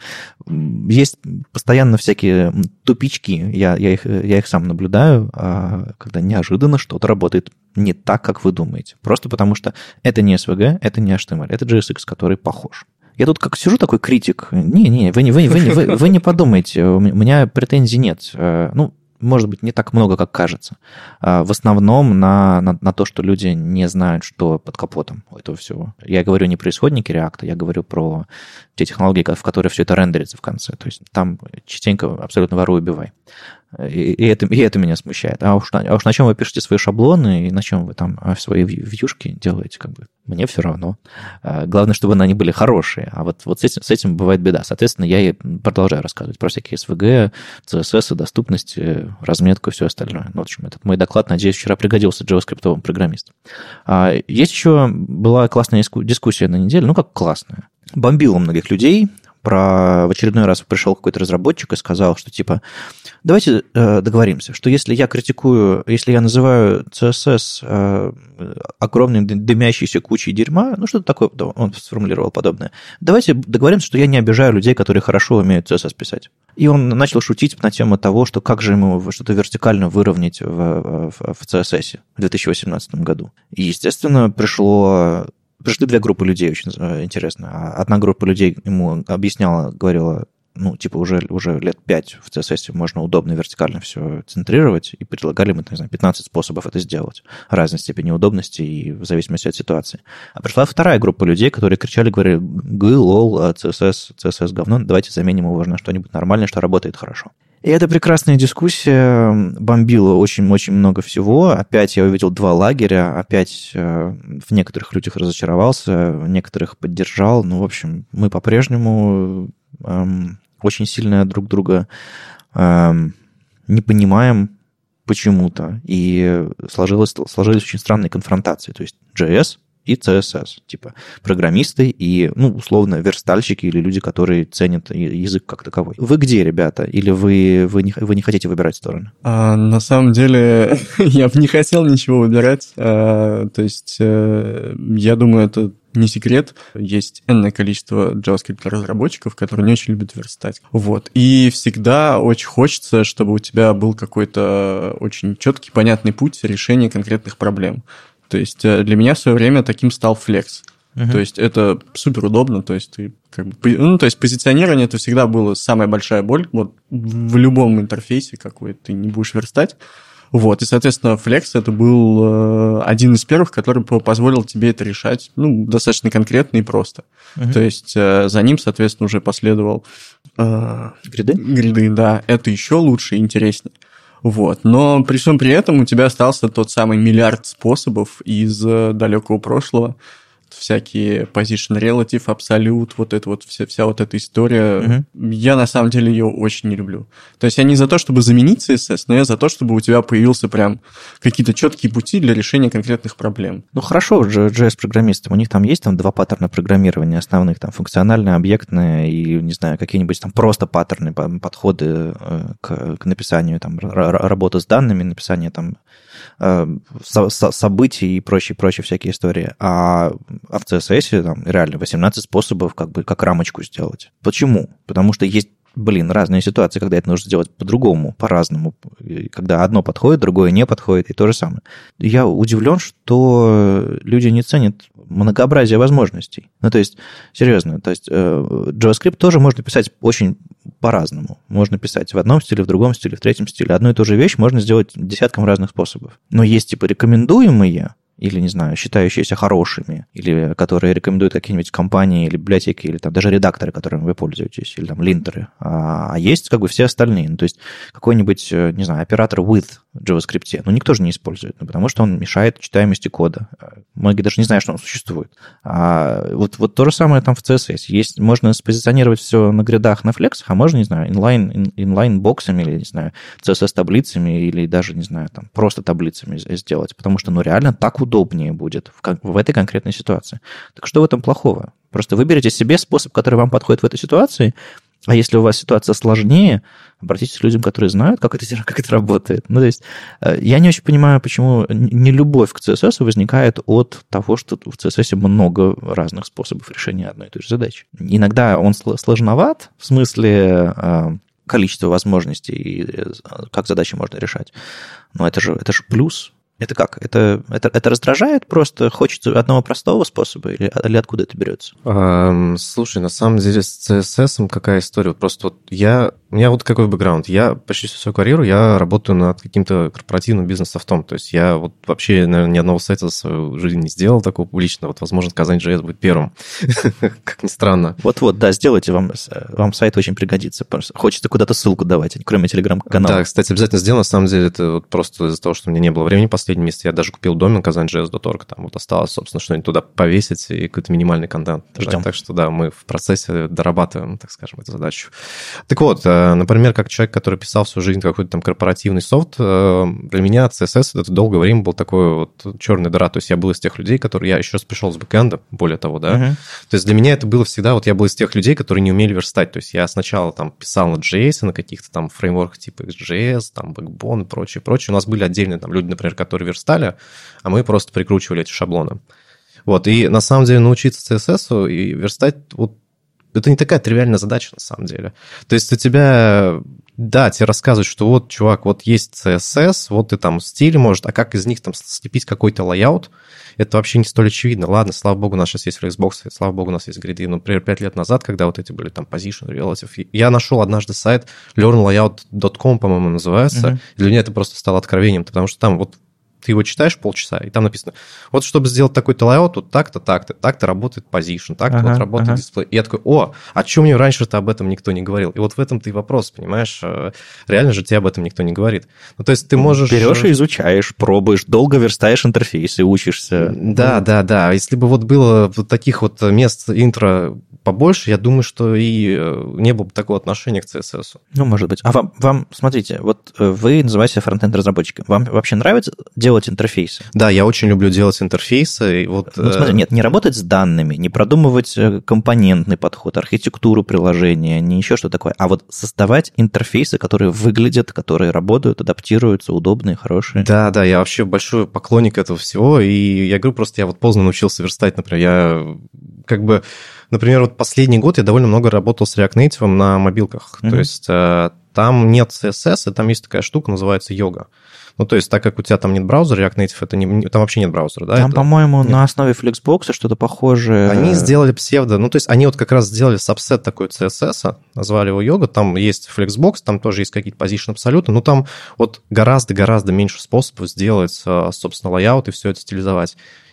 есть постоянно всякие тупички, я, я, их, я их сам наблюдаю, когда неожиданно что-то работает не так, как вы думаете. Просто потому что это не эс ви джи, это не эйч ти эм эл, это джей эс икс, который похож. Я тут как сижу такой критик. Не-не, вы, вы, вы, вы, вы не подумайте, у меня претензий нет. Ну, может быть, не так много, как кажется. В основном на, на, на то, что люди не знают, что под капотом у этого всего. Я говорю не про исходники React, я говорю про те технологии, в которые все это рендерится в конце. То есть там частенько абсолютно воруй, убивай. И, и, это, и это меня смущает. А уж, а уж на чем вы пишете свои шаблоны и на чем вы там свои вьюшки делаете, как бы, мне все равно. Главное, чтобы они были хорошие. А вот, вот с, этим, с этим бывает беда. Соответственно, я и продолжаю рассказывать про всякие эс ви джи, си эс эс, доступность, разметку и все остальное. Ну, в общем, этот мой доклад, надеюсь, вчера пригодился джаваскриптовым программистам. Есть еще, была классная дискуссия на неделе, ну, как классная. Бомбила многих людей. Про в очередной раз пришел какой-то разработчик и сказал, что типа, давайте э, договоримся, что если я критикую, если я называю си эс эс э, огромной дымящейся кучей дерьма, ну что-то такое, он сформулировал подобное, давайте договоримся, что я не обижаю людей, которые хорошо умеют си эс эс писать. И он начал шутить на тему того, что как же ему что-то вертикально выровнять в, в, в си эс эс в две тысячи восемнадцатом году. И, естественно, пришло... Пришли две группы людей, очень интересно. Одна группа людей ему объясняла, говорила, ну, типа, уже, уже лет пять в си эс эс можно удобно вертикально все центрировать, и предлагали мы, не знаю, пятнадцать способов это сделать. Разной степени удобности и в зависимости от ситуации. А пришла вторая группа людей, которые кричали, говорили, гы, лол, си эс эс, си эс эс говно, давайте заменим его на что-нибудь нормальное, что работает хорошо. И эта прекрасная дискуссия бомбила очень-очень много всего. Опять я увидел два лагеря, опять в некоторых людях разочаровался, в некоторых поддержал. Ну, в общем, мы по-прежнему эм, очень сильно друг друга эм, не понимаем почему-то. И сложилось, сложились очень странные конфронтации. То есть джей эс и си эс эс, типа программисты и, ну, условно, верстальщики или люди, которые ценят язык как таковой. Вы где, ребята? Или вы, вы, не, вы не хотите выбирать стороны? А, на самом деле, я бы не хотел ничего выбирать. А, то есть, а, я думаю, это не секрет. Есть энное количество JavaScript-разработчиков, которые не очень любят верстать. Вот. И всегда очень хочется, чтобы у тебя был какой-то очень четкий, понятный путь решения конкретных проблем. То есть для меня в свое время таким стал Flex. Uh-huh. То есть это супер удобно. То есть ты как бы, ну, то есть позиционирование это всегда было самая большая боль. Вот в любом интерфейсе, какой ты не будешь верстать. Вот, и, соответственно, Flex это был один из первых, который позволил тебе это решать, ну, достаточно конкретно и просто. Uh-huh. То есть за ним, соответственно, уже последовал э, гриды? Гриды, да. Это еще лучше и интереснее. Вот. Но при всем при этом у тебя остался тот самый миллиард способов из далекого прошлого. всякие position relative, absolute, вот это вот вся, вся вот эта история. Угу. Я на самом деле ее очень не люблю. То есть я не за то, чтобы заменить си эс эс, но я за то, чтобы у тебя появился прям какие-то четкие пути для решения конкретных проблем. Ну хорошо, джей эс-программистам, у них там есть там два паттерна программирования основных, там функциональные, объектные и, не знаю, какие-нибудь там просто паттерны, подходы к, к написанию, там, работа с данными, написание там со, со, событий и прочие, прочие всякие истории. А, а в си эс эс там реально восемнадцать способов как бы как рамочку сделать. Почему? Потому что есть, блин, разные ситуации, когда это нужно сделать по-другому, по-разному. Когда одно подходит, другое не подходит, и то же самое. Я удивлен, что люди не ценят многообразие возможностей. Ну, то есть, серьезно, то есть JavaScript тоже можно писать очень по-разному. Можно писать в одном стиле, в другом стиле, в третьем стиле. Одну и ту же вещь можно сделать десятком разных способов. Но есть, типа, рекомендуемые, или, не знаю, считающиеся хорошими, или которые рекомендуют какие-нибудь компании или библиотеки, или там даже редакторы, которыми вы пользуетесь, или там линтеры. А, а есть как бы все остальные. Ну, то есть какой-нибудь, не знаю, оператор with в JavaScript, ну, никто же не использует, ну, потому что он мешает читаемости кода. Многие даже не знают, что он существует. А вот, вот то же самое там в си эс эс. Есть, можно спозиционировать все на гридах, на флексах, а можно, не знаю, inline, inline-боксами, или, не знаю, си эс эс-таблицами, или даже, не знаю, там, просто таблицами сделать, потому что, ну, реально так удобнее будет в, в этой конкретной ситуации. Так что в этом плохого? Просто выберите себе способ, который вам подходит в этой ситуации, а если у вас ситуация сложнее, обратитесь к людям, которые знают, как это, как это работает. Ну, то есть я не очень понимаю, почему нелюбовь к си эс эс возникает от того, что в си эс эс много разных способов решения одной и той же задачи. Иногда он сложноват в смысле количества возможностей и как задачи можно решать. Но это же, это же плюс. Это как? Это, это, это раздражает просто? Хочется одного простого способа? Или, или откуда это берется? Um, слушай, на самом деле с си эс эс какая история? Просто вот я... У меня вот какой бэкграунд. Я почти всю свою карьеру я работаю над каким-то корпоративным бизнес-софтом. То есть я вот вообще, наверное, ни одного сайта за свою жизнь не сделал такого публично. Вот, возможно, Казань.js будет первым. Как ни странно. Вот-вот, да, сделайте. Вам, вам сайт очень пригодится. Хочется куда-то ссылку давать, кроме телеграм-канала. Да, кстати, обязательно сделаю. На самом деле это вот просто из-за того, что у меня не было времени последний месяц. Я даже купил домен казань точка джей эс точка орг. Там вот осталось, собственно, что-нибудь туда повесить и какой-то минимальный контент. Ждем. Так, так что, да, мы в процессе дорабатываем, так скажем, эту задачу. Так вот, например, как человек, который писал всю жизнь какой-то там корпоративный софт, для меня си эс эс это долгое время был такой вот черный дыра. То есть я был из тех людей, которые... Я еще раз пришел с бэкэнда, более того, да. Uh-huh. То есть для меня это было всегда... Вот я был из тех людей, которые не умели верстать. То есть я сначала там писал на джей эс, на каких-то там фреймворках типа икс джей эс, там Backbone и прочее, прочее. У нас были отдельные там люди, например, которые верстали, а мы просто прикручивали эти шаблоны. Вот, и на саму деле научиться си эс эс и верстать, вот, это не такая тривиальная задача на самом деле. То есть у тебя, да, тебе рассказывают, что вот, чувак, вот есть си эс эс, вот ты там стиль может, а как из них там слепить какой-то лайаут, это вообще не столь очевидно. Ладно, слава богу, у нас сейчас есть Flexbox, слава богу, у нас есть гриды. Но, например, пять лет назад, когда вот эти были там position, relative, я нашел однажды сайт learn layout точка ком, по-моему, называется, uh-huh. и для меня это просто стало откровением, потому что там вот ты его читаешь полчаса, и там написано, вот чтобы сделать такой-то лайаут, вот так-то, так-то, так-то работает position, так-то ага, вот работает ага. дисплей. И я такой, о, а что мне раньше-то об этом никто не говорил? И вот в этом-то и вопрос, понимаешь? Реально же тебе об этом никто не говорит. Ну, то есть ты можешь... Берешь и изучаешь, пробуешь, долго верстаешь интерфейсы, учишься. Да, да, да. Если бы вот было вот таких вот мест интро побольше, я думаю, что и не было бы такого отношения к си эс эс. Ну, может быть. А вам, вам смотрите, вот вы называете себя фронтенд-разработчиком. Вам вообще нравится делать интерфейсы? Да, я очень люблю делать интерфейсы. Вот, ну, смотри, нет, не работать с данными, не продумывать компонентный подход, архитектуру приложения, не еще что такое, а вот создавать интерфейсы, которые выглядят, которые работают, адаптируются, удобные, хорошие. Да, да, я вообще большой поклонник этого всего, и я говорю, просто я вот поздно научился верстать, например, я как бы... Например, вот последний год я довольно много работал с React Native на мобилках. Mm-hmm. То есть там нет си эс эс, и там есть такая штука, называется йога. Ну, то есть, так как у тебя там нет браузера, React Native, это не, там вообще нет браузера, да? Там, это... по-моему, нет. На основе Flexbox что-то похожее. Они сделали псевдо, ну, то есть, они вот как раз сделали сабсет такой си эс эс, назвали его йога, там есть Flexbox, там тоже есть какие-то position абсолюты, но там вот гораздо-гораздо меньше способов сделать, собственно, лайаут и все это стилизовать.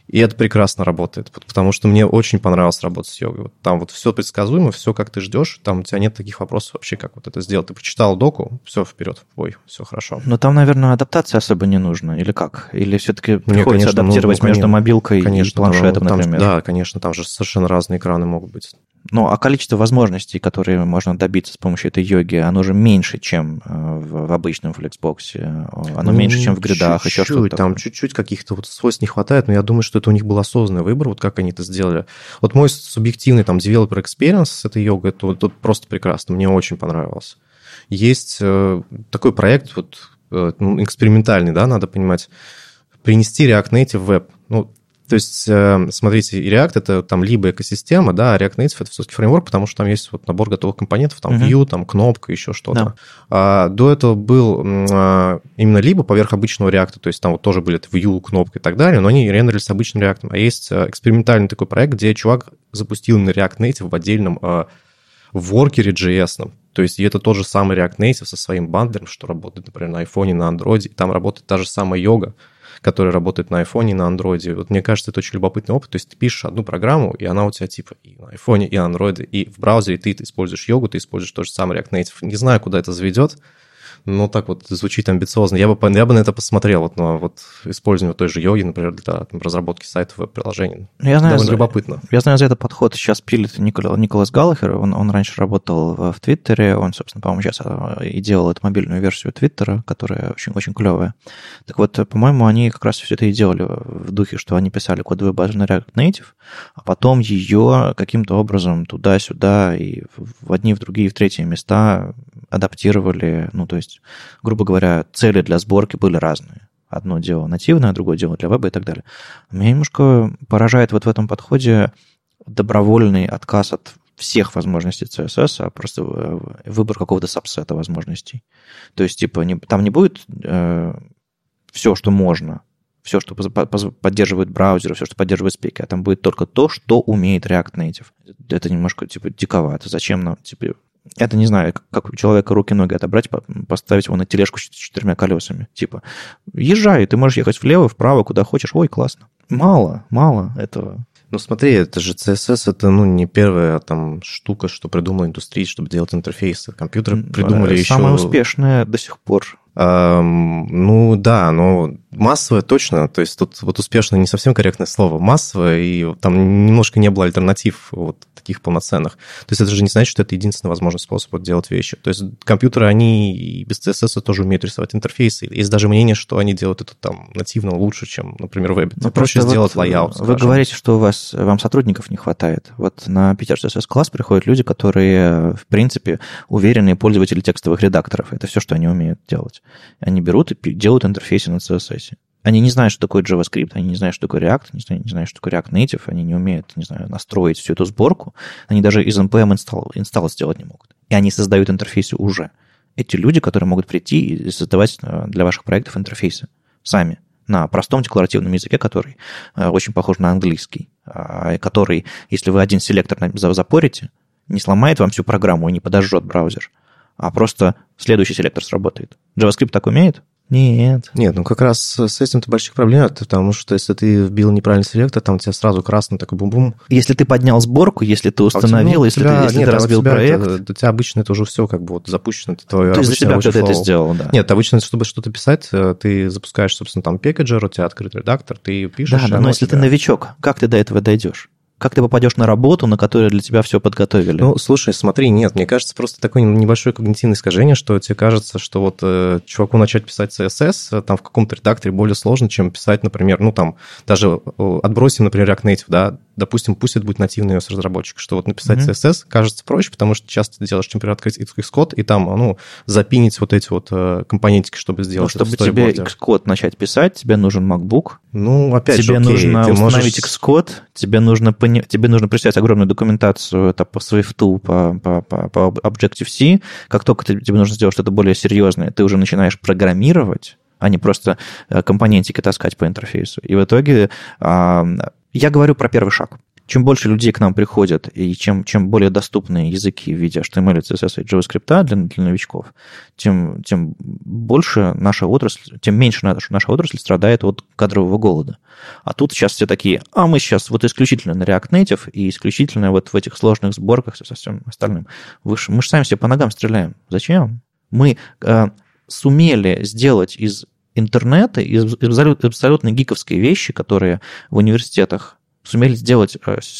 И это прекрасно работает, потому что мне очень понравилось работать с йогой. Вот там вот все предсказуемо, все как ты ждешь, там у тебя нет таких вопросов вообще, как вот это сделать. Ты прочитал доку, все, вперед, в бой, все хорошо. Но там, наверное, адаптация особо не нужна, или как? Или все-таки Нет, приходится конечно, адаптировать ну, ну, между конечно, мобилкой конечно, и планшетом, там, например? Да, конечно, там же совершенно разные экраны могут быть. Ну, а количество возможностей, которые можно добиться с помощью этой йоги, оно же меньше, чем в, в обычном Flexbox. Оно ну, меньше, чем в гридах, еще что-то. Там такое. Чуть-чуть каких-то вот свойств не хватает, но я думаю, что это у них был осознанный выбор, вот как они это сделали. Вот мой субъективный там developer experience с этой йогой, это, это просто прекрасно, мне очень понравилось. Есть э, такой проект, вот, э, экспериментальный, да, надо понимать, принести React Native в веб. Ну, то есть, смотрите, React — это там либо экосистема, да, а React Native — это все-таки фреймворк, потому что там есть вот набор готовых компонентов, там uh-huh. view, там кнопка, еще что-то. Да. А до этого был а, именно либо поверх обычного React, то есть там вот тоже были view, кнопка и так далее, но они рендерились с обычным React. А есть экспериментальный такой проект, где чувак запустил на React Native в отдельном а, воркере джей эс. То есть и это тот же самый React Native со своим бандлером, что работает, например, на iPhone, на Android, и там работает та же самая йога, который работает на iPhone и на Android. Вот мне кажется, это очень любопытный опыт. То есть ты пишешь одну программу, и она у тебя типа и на iPhone, и на Android, и в браузере ты, ты используешь йогу, ты используешь тот же самый React Native. Не знаю, куда это заведет, но так вот звучит амбициозно. Я бы, я бы на это посмотрел, вот, на вот использование той же йоги, например, для там, разработки сайтов, веб-приложений. Я знаю, довольно за, любопытно. Я знаю, за этот подход сейчас пилит Никола, Николас Галлахер. Он, он раньше работал в Твиттере, он, собственно, по-моему, сейчас и делал эту мобильную версию Твиттера, которая очень-очень клевая. Так вот, по-моему, они как раз все это и делали в духе, что они писали кодовую базу на React Native, а потом ее каким-то образом туда-сюда и в одни, в другие, в третьи места адаптировали. Ну, то есть, грубо говоря, цели для сборки были разные. Одно дело нативное, другое дело для веба и так далее. Меня немножко поражает вот в этом подходе добровольный отказ от всех возможностей си эс эс, а просто выбор какого-то сабсета возможностей. То есть, типа, не, там не будет э, все, что можно, все, что поддерживает браузеры, все, что поддерживает спеки, а там будет только то, что умеет React Native. Это немножко, типа, диковато. Зачем нам, типа... Это, не знаю, как у человека руки-ноги отобрать, поставить его на тележку с четырьмя колесами. Типа, езжай, ты можешь ехать влево, вправо, куда хочешь. Ой, классно. Мало, мало этого. Ну, смотри, это же си эс эс, это, ну, не первая там штука, что придумала индустрия, чтобы делать интерфейсы. Компьютеры придумали еще... Самая успешная до сих пор. Um, ну да, но массовое точно, то есть тут вот успешно не совсем корректное слово, массовое, и там немножко не было альтернатив вот таких полноценных. То есть это же не значит, что это единственный возможный способ вот делать вещи. То есть компьютеры, они и без си эс эс тоже умеют рисовать интерфейсы. Есть даже мнение, что они делают это там нативно лучше, чем, например, в вебе. Ну, проще сделать вот лайаут. Вы скажем. Говорите, что у вас, вам сотрудников не хватает. Вот на Питер си эс эс класс приходят люди, которые, в принципе, уверенные пользователи текстовых редакторов. Это все, что они умеют делать. Они берут и делают интерфейсы на си эс эс. Они не знают, что такое JavaScript, они не знают, что такое React, не знают, не знают, что такое React Native, они не умеют, не знаю, настроить всю эту сборку, они даже из эн пи эм install, install сделать не могут. И они создают интерфейсы уже. Эти люди, которые могут прийти и создавать для ваших проектов интерфейсы сами на простом декларативном языке, который очень похож на английский, который, если вы один селектор запорите, не сломает вам всю программу и не подожжет браузер, а просто следующий селектор сработает. JavaScript так умеет? Нет. Нет, ну как раз с этим-то больших проблем нет, потому что если ты вбил неправильный селектор, там у тебя сразу красный такой бум-бум. Если ты поднял сборку, если ты установил, а ну, если, тебя, ты, если нет, ты разбил а тебя проект... Это, у тебя обычно это уже все как бы вот запущено. Это твое то есть за тебя кто-то это сделал, да. Нет, обычно, чтобы что-то писать, ты запускаешь, собственно, там пекеджер, у тебя открыт редактор, ты пишешь... Да, да, но если тебя... ты новичок, как ты до этого дойдешь? Как ты попадешь на работу, на которую для тебя все подготовили? Ну, слушай, смотри, нет, мне кажется, просто такое небольшое когнитивное искажение, что тебе кажется, что вот э, чуваку начать писать си эс эс там в каком-то редакторе более сложно, чем писать, например, ну, там, даже отбросим, например, React Native, да, допустим, пусть это будет нативный iOS-разработчик, что вот написать mm-hmm. си эс эс кажется проще, потому что часто ты делаешь, например, открыть Xcode, и там, ну, запинить вот эти вот э, компонентики, чтобы сделать ну, чтобы тебе Xcode начать писать, тебе нужен MacBook. Ну, опять тебе же, окей, нужно ты установить можешь... Xcode, тебе нужно, пони... тебе нужно прочитать огромную документацию это по Swift, по, по, по, по Objective-C. Как только ты, тебе нужно сделать что-то более серьезное, ты уже начинаешь программировать, а не просто компонентики таскать по интерфейсу. И в итоге я говорю про первый шаг. чем больше людей к нам приходят, и чем, чем более доступные языки в виде эйч ти эм эль, си эс эс и JavaScript для, для новичков, тем, тем больше наша отрасль, тем меньше наша, наша отрасль страдает от кадрового голода. А тут сейчас все такие, а мы сейчас вот исключительно на React Native и исключительно вот в этих сложных сборках со всем остальным. Вы ж, мы же сами себе по ногам стреляем. Зачем? Мы э, сумели сделать из интернета, из абсолютно гиковской вещи, которые в университетах сумели сделать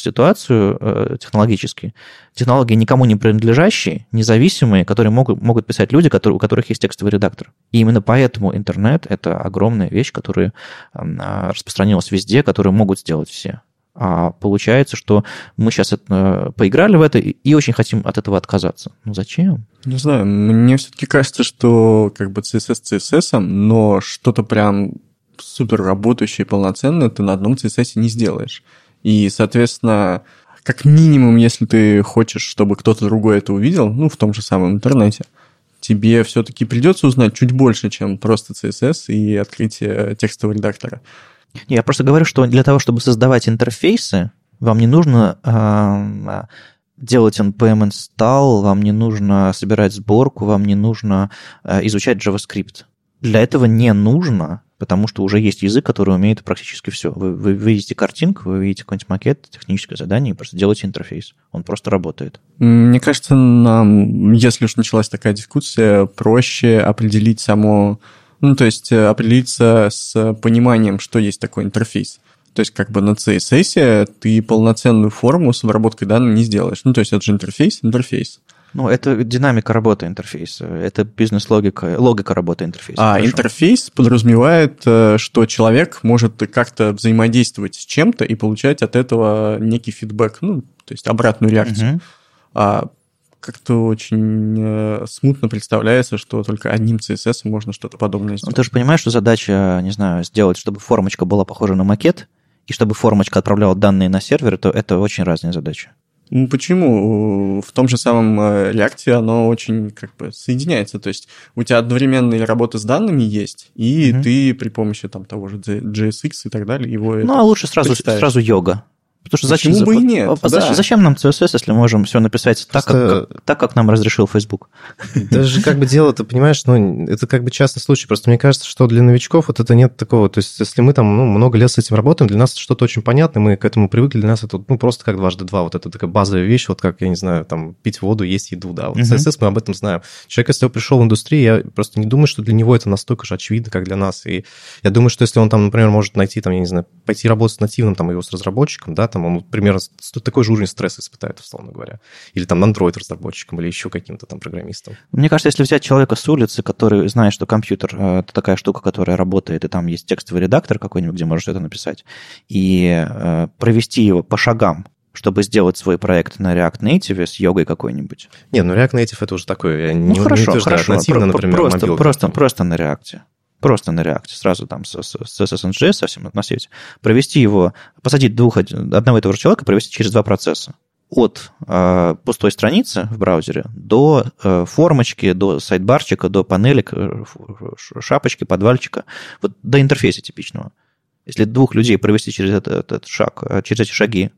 ситуацию технологически. Технологии никому не принадлежащие, независимые, которые могут, могут писать люди, которые, у которых есть текстовый редактор. И именно поэтому интернет – это огромная вещь, которая распространилась везде, которую могут сделать все. А получается, что мы сейчас это, поиграли в это и очень хотим от этого отказаться. Ну зачем? Не знаю, мне все-таки кажется, что как бы си эс эс си эс эс, но что-то прям супер работающее и полноценное ты на одном си эс эс не сделаешь. И, соответственно, как минимум, если ты хочешь, чтобы кто-то другой это увидел, ну, в том же самом интернете, тебе все-таки придется узнать чуть больше, чем просто си эс эс и открытие текстового редактора. Я просто говорю, что для того, чтобы создавать интерфейсы, вам не нужно э, делать эн пи эм install, вам не нужно собирать сборку, вам не нужно э, изучать JavaScript. Для этого не нужно, потому что уже есть язык, который умеет практически все. Вы, вы, вы видите картинку, вы видите какой-нибудь макет, техническое задание, и просто делаете интерфейс. Он просто работает. Мне кажется, нам, если уж началась такая дискуссия, проще определить само... Ну, то есть определиться с пониманием, что есть такой интерфейс. То есть как бы на си эс эс ты полноценную форму с обработкой данных не сделаешь. Ну, то есть это же интерфейс, интерфейс. Ну, это динамика работы интерфейса, это бизнес-логика, логика работы интерфейса. А хорошо. Интерфейс подразумевает, что человек может как-то взаимодействовать с чем-то и получать от этого некий фидбэк, ну, то есть обратную реакцию. Угу. А как-то очень смутно представляется, что только одним си эс эс можно что-то подобное сделать. Ну, ты же понимаешь, что задача, не знаю, сделать, чтобы формочка была похожа на макет, и чтобы формочка отправляла данные на сервер, то это очень разные задачи. Ну, почему? В том же самом React оно очень как бы соединяется. То есть у тебя одновременно и работа с данными есть, и mm-hmm. ты при помощи там, того же джей эс икс и так далее его... Ну, а лучше сразу, сразу йога. Потому что Почему зачем, бы и нет? А зачем, да. зачем нам си эс эс, если можем все написать так как, как, так, как нам разрешил Facebook? Даже как бы дело, ты понимаешь, ну, это как бы частный случай. Просто мне кажется, что для новичков вот это нет такого. То есть если мы там ну, много лет с этим работаем, для нас это что-то очень понятное, мы к этому привыкли, для нас это ну, просто как дважды два. Вот это такая базовая вещь, вот как, я не знаю, там, пить воду, есть еду, да. Вот uh-huh. си эс эс мы об этом знаем. Человек, если он пришел в индустрию, я просто не думаю, что для него это настолько же очевидно, как для нас. И я думаю, что если он там, например, может найти, там, я не знаю, пойти работать с нативным, там, его с разработчиком, да, там, он примерно такой же уровень стресса испытает, условно говоря. Или там Android-разработчиком, или еще каким-то там программистом. Мне кажется, если взять человека с улицы, который знает, что компьютер – это такая штука, которая работает, и там есть текстовый редактор какой-нибудь, где можно что-то написать, и провести его по шагам, чтобы сделать свой проект на React Native с йогой какой-нибудь. Не, ну React Native это уже такое, я ну, не, хорошо, не утверждаю, хорошо. нативно, например, просто, мобилка. Просто, просто на React. Просто на React, сразу там с, с, с эс эс эн джи эс совсем на свете, провести его, посадить двух, одного и того же человека, провести через два процесса. От э, пустой страницы в браузере до э, формочки, до сайдбарчика, до панелек, шапочки, подвальчика, вот до интерфейса типичного. Если двух людей провести через этот, этот шаг, через эти шаги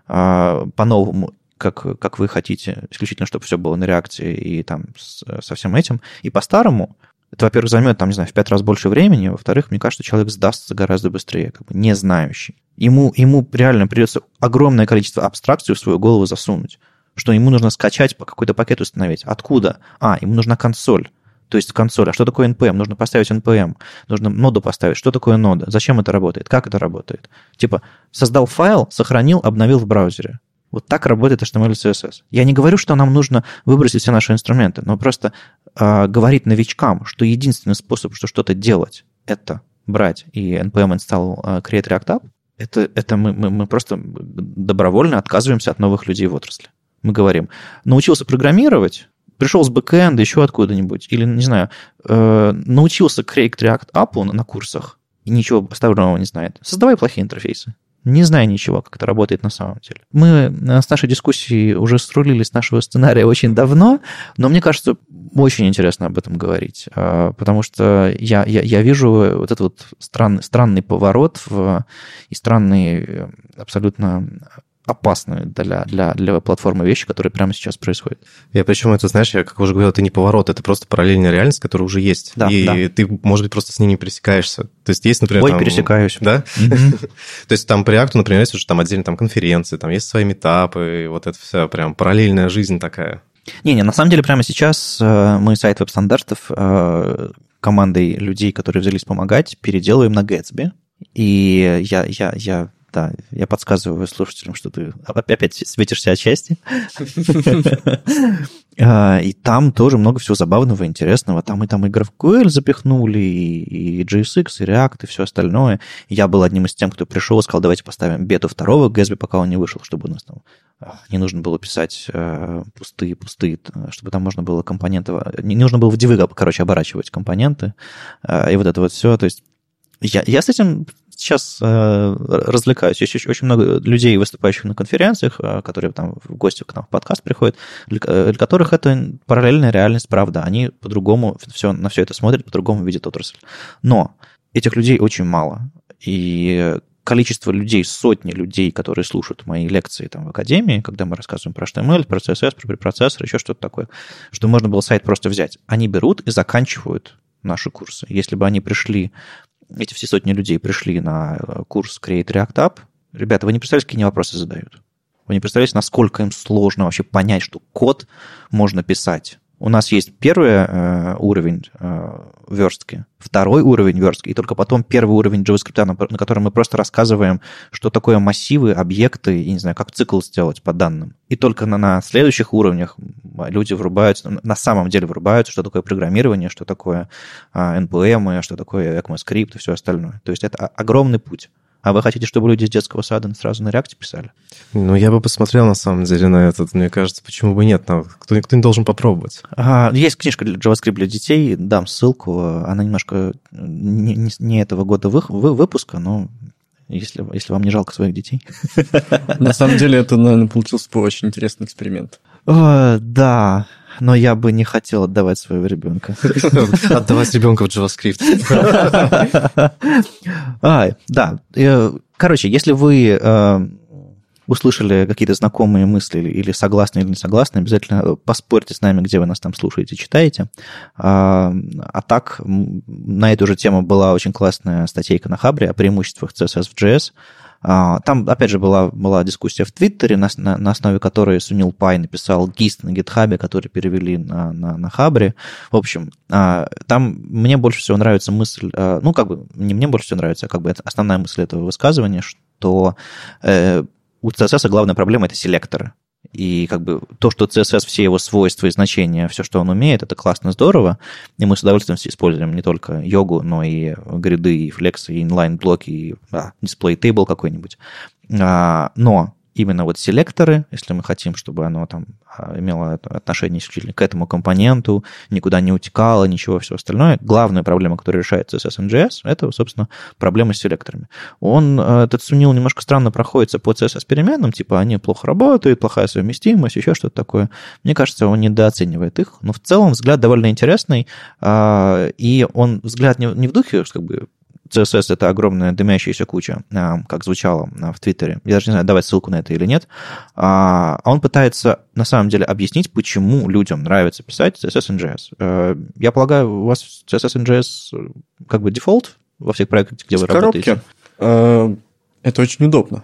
э, по-новому, как, как вы хотите, исключительно, чтобы все было на React и там с, со всем этим, и по-старому, это, во-первых, займет, там, не знаю, в пять раз больше времени, во-вторых, мне кажется, человек сдастся гораздо быстрее, как бы не знающий. Ему, ему реально придется огромное количество абстракций в свою голову засунуть, что ему нужно скачать, по какой-то пакет установить. Откуда? А, ему нужна консоль. То есть консоль. А что такое эн пи эм? Нужно поставить эн пи эм. Нужно ноду поставить. Что такое нода? Зачем это работает? Как это работает? Типа, создал файл, сохранил, обновил в браузере. Вот так работает эйч ти эм эль и си эс эс. Я не говорю, что нам нужно выбросить все наши инструменты, но просто э, говорить новичкам, что единственный способ, что что-то делать, это брать и эн пи эм install uh, create React App, это, это мы, мы, мы просто добровольно отказываемся от новых людей в отрасли. Мы говорим, научился программировать, пришел с бэкэнда, еще откуда-нибудь, или, не знаю, э, научился create React App на, на курсах и ничего поставленного не знает. Создавай плохие интерфейсы. Не зная ничего, как это работает на самом деле. Мы с нашей дискуссией уже срулили с нашего сценария очень давно, но мне кажется, очень интересно об этом говорить, потому что я, я, я вижу вот этот вот странный, странный поворот в, и странный абсолютно опасные для, для, для платформы вещи, которые прямо сейчас происходят. Я почему это, знаешь, я как уже говорил, это не поворот, это просто параллельная реальность, которая уже есть. Да, и да. ты, может быть, просто с ней не пересекаешься. То есть есть, например... Ой, там, пересекаюсь. Да? То есть там по React, например, есть уже там отдельно там конференции, там есть свои митапы, и вот это вся прям параллельная жизнь такая. Не-не, на самом деле прямо сейчас мы сайт веб-стандартов командой людей, которые взялись помогать, переделываем на Gatsby. И я, я, я, да, я подсказываю слушателям, что ты опять светишься от счастья. И там тоже много всего забавного, интересного. Там и там и GraphQL запихнули, и джей эс икс, и React, и все остальное. Я был одним из тех, кто пришел и сказал, давайте поставим бету второго Gatsby, пока он не вышел, чтобы у нас там не нужно было писать пустые-пустые, чтобы там можно было компоненты... Не нужно было в дивы, короче, оборачивать компоненты. И вот это вот все. То есть я, я с этим сейчас э, развлекаюсь. Есть очень много людей, выступающих на конференциях, э, которые там в гости к нам в подкаст приходят, для, для которых это параллельная реальность, правда. Они по-другому все, на все это смотрят, по-другому видят отрасль. Но этих людей очень мало. И количество людей, сотни людей, которые слушают мои лекции там в академии, когда мы рассказываем про эйч ти эм эль, про си эс эс, про препроцессор, еще что-то такое, что можно было сайт просто взять. Они берут и заканчивают наши курсы. Если бы они пришли, эти все сотни людей пришли на курс Create React App, ребята, вы не представляете, какие они вопросы задают? Вы не представляете, насколько им сложно вообще понять, что код можно писать? У нас есть первый э, уровень э, верстки, второй уровень верстки, и только потом первый уровень JavaScript, на, на котором мы просто рассказываем, что такое массивы, объекты, и не знаю, как цикл сделать по данным. И только на, на следующих уровнях люди врубаются, на самом деле врубаются, что такое программирование, что такое э, эн пи эм, что такое ECMAScript и все остальное. То есть это огромный путь. А вы хотите, чтобы люди из детского сада сразу на React писали? Ну, я бы посмотрел, на самом деле, на это. Мне кажется, почему бы нет? Кто, кто не должен попробовать. А, есть книжка JavaScript для детей, дам ссылку. Она немножко не, не, не этого года вы, вы, выпуска, но если, если вам не жалко своих детей. На самом деле, это, наверное, получился бы очень интересный эксперимент. О, да, но я бы не хотел отдавать своего ребенка. Отдавать ребенка в JavaScript. А, да. Короче, если вы услышали какие-то знакомые мысли или согласны, или не согласны, обязательно поспорьте с нами, где вы нас там слушаете, читаете. А, а так, на эту же тему была очень классная статейка на Хабре о преимуществах си эс эс в джей эс. Там, опять же, была, была дискуссия в Твиттере, на, на, на основе которой Сунил Пай написал гист на гитхабе, который перевели на, на, на Хабре. В общем, там мне больше всего нравится мысль, ну, как бы, не мне больше всего нравится, а как бы основная мысль этого высказывания, что э, у си эс эс главная проблема – это селекторы. И как бы то, что си эс эс, все его свойства и значения, все, что он умеет, это классно, здорово. И мы с удовольствием используем не только йогу, но и гриды, и флексы, и инлайн-блоки, и а, дисплей-тейбл какой-нибудь. А, но именно вот селекторы, если мы хотим, чтобы оно там имело отношение исключительно к этому компоненту, никуда не утекало, ничего, все остальное, главная проблема, которая решает си эс эс and джей эс, это, собственно, проблема с селекторами. Он, этот Сунил, немножко странно проходится по си эс эс-переменным, типа они плохо работают, плохая совместимость, еще что-то такое. Мне кажется, он недооценивает их, но в целом взгляд довольно интересный, и он взгляд не в духе, как бы, си эс эс – это огромная дымящаяся куча, как звучало в Твиттере. Я даже не знаю, давать ссылку на это или нет. А он пытается, на самом деле, объяснить, почему людям нравится писать си эс эс and джей эс. Я полагаю, у вас си эс эс and джей эс как бы дефолт во всех проектах, где С вы коробки. работаете? Это очень удобно.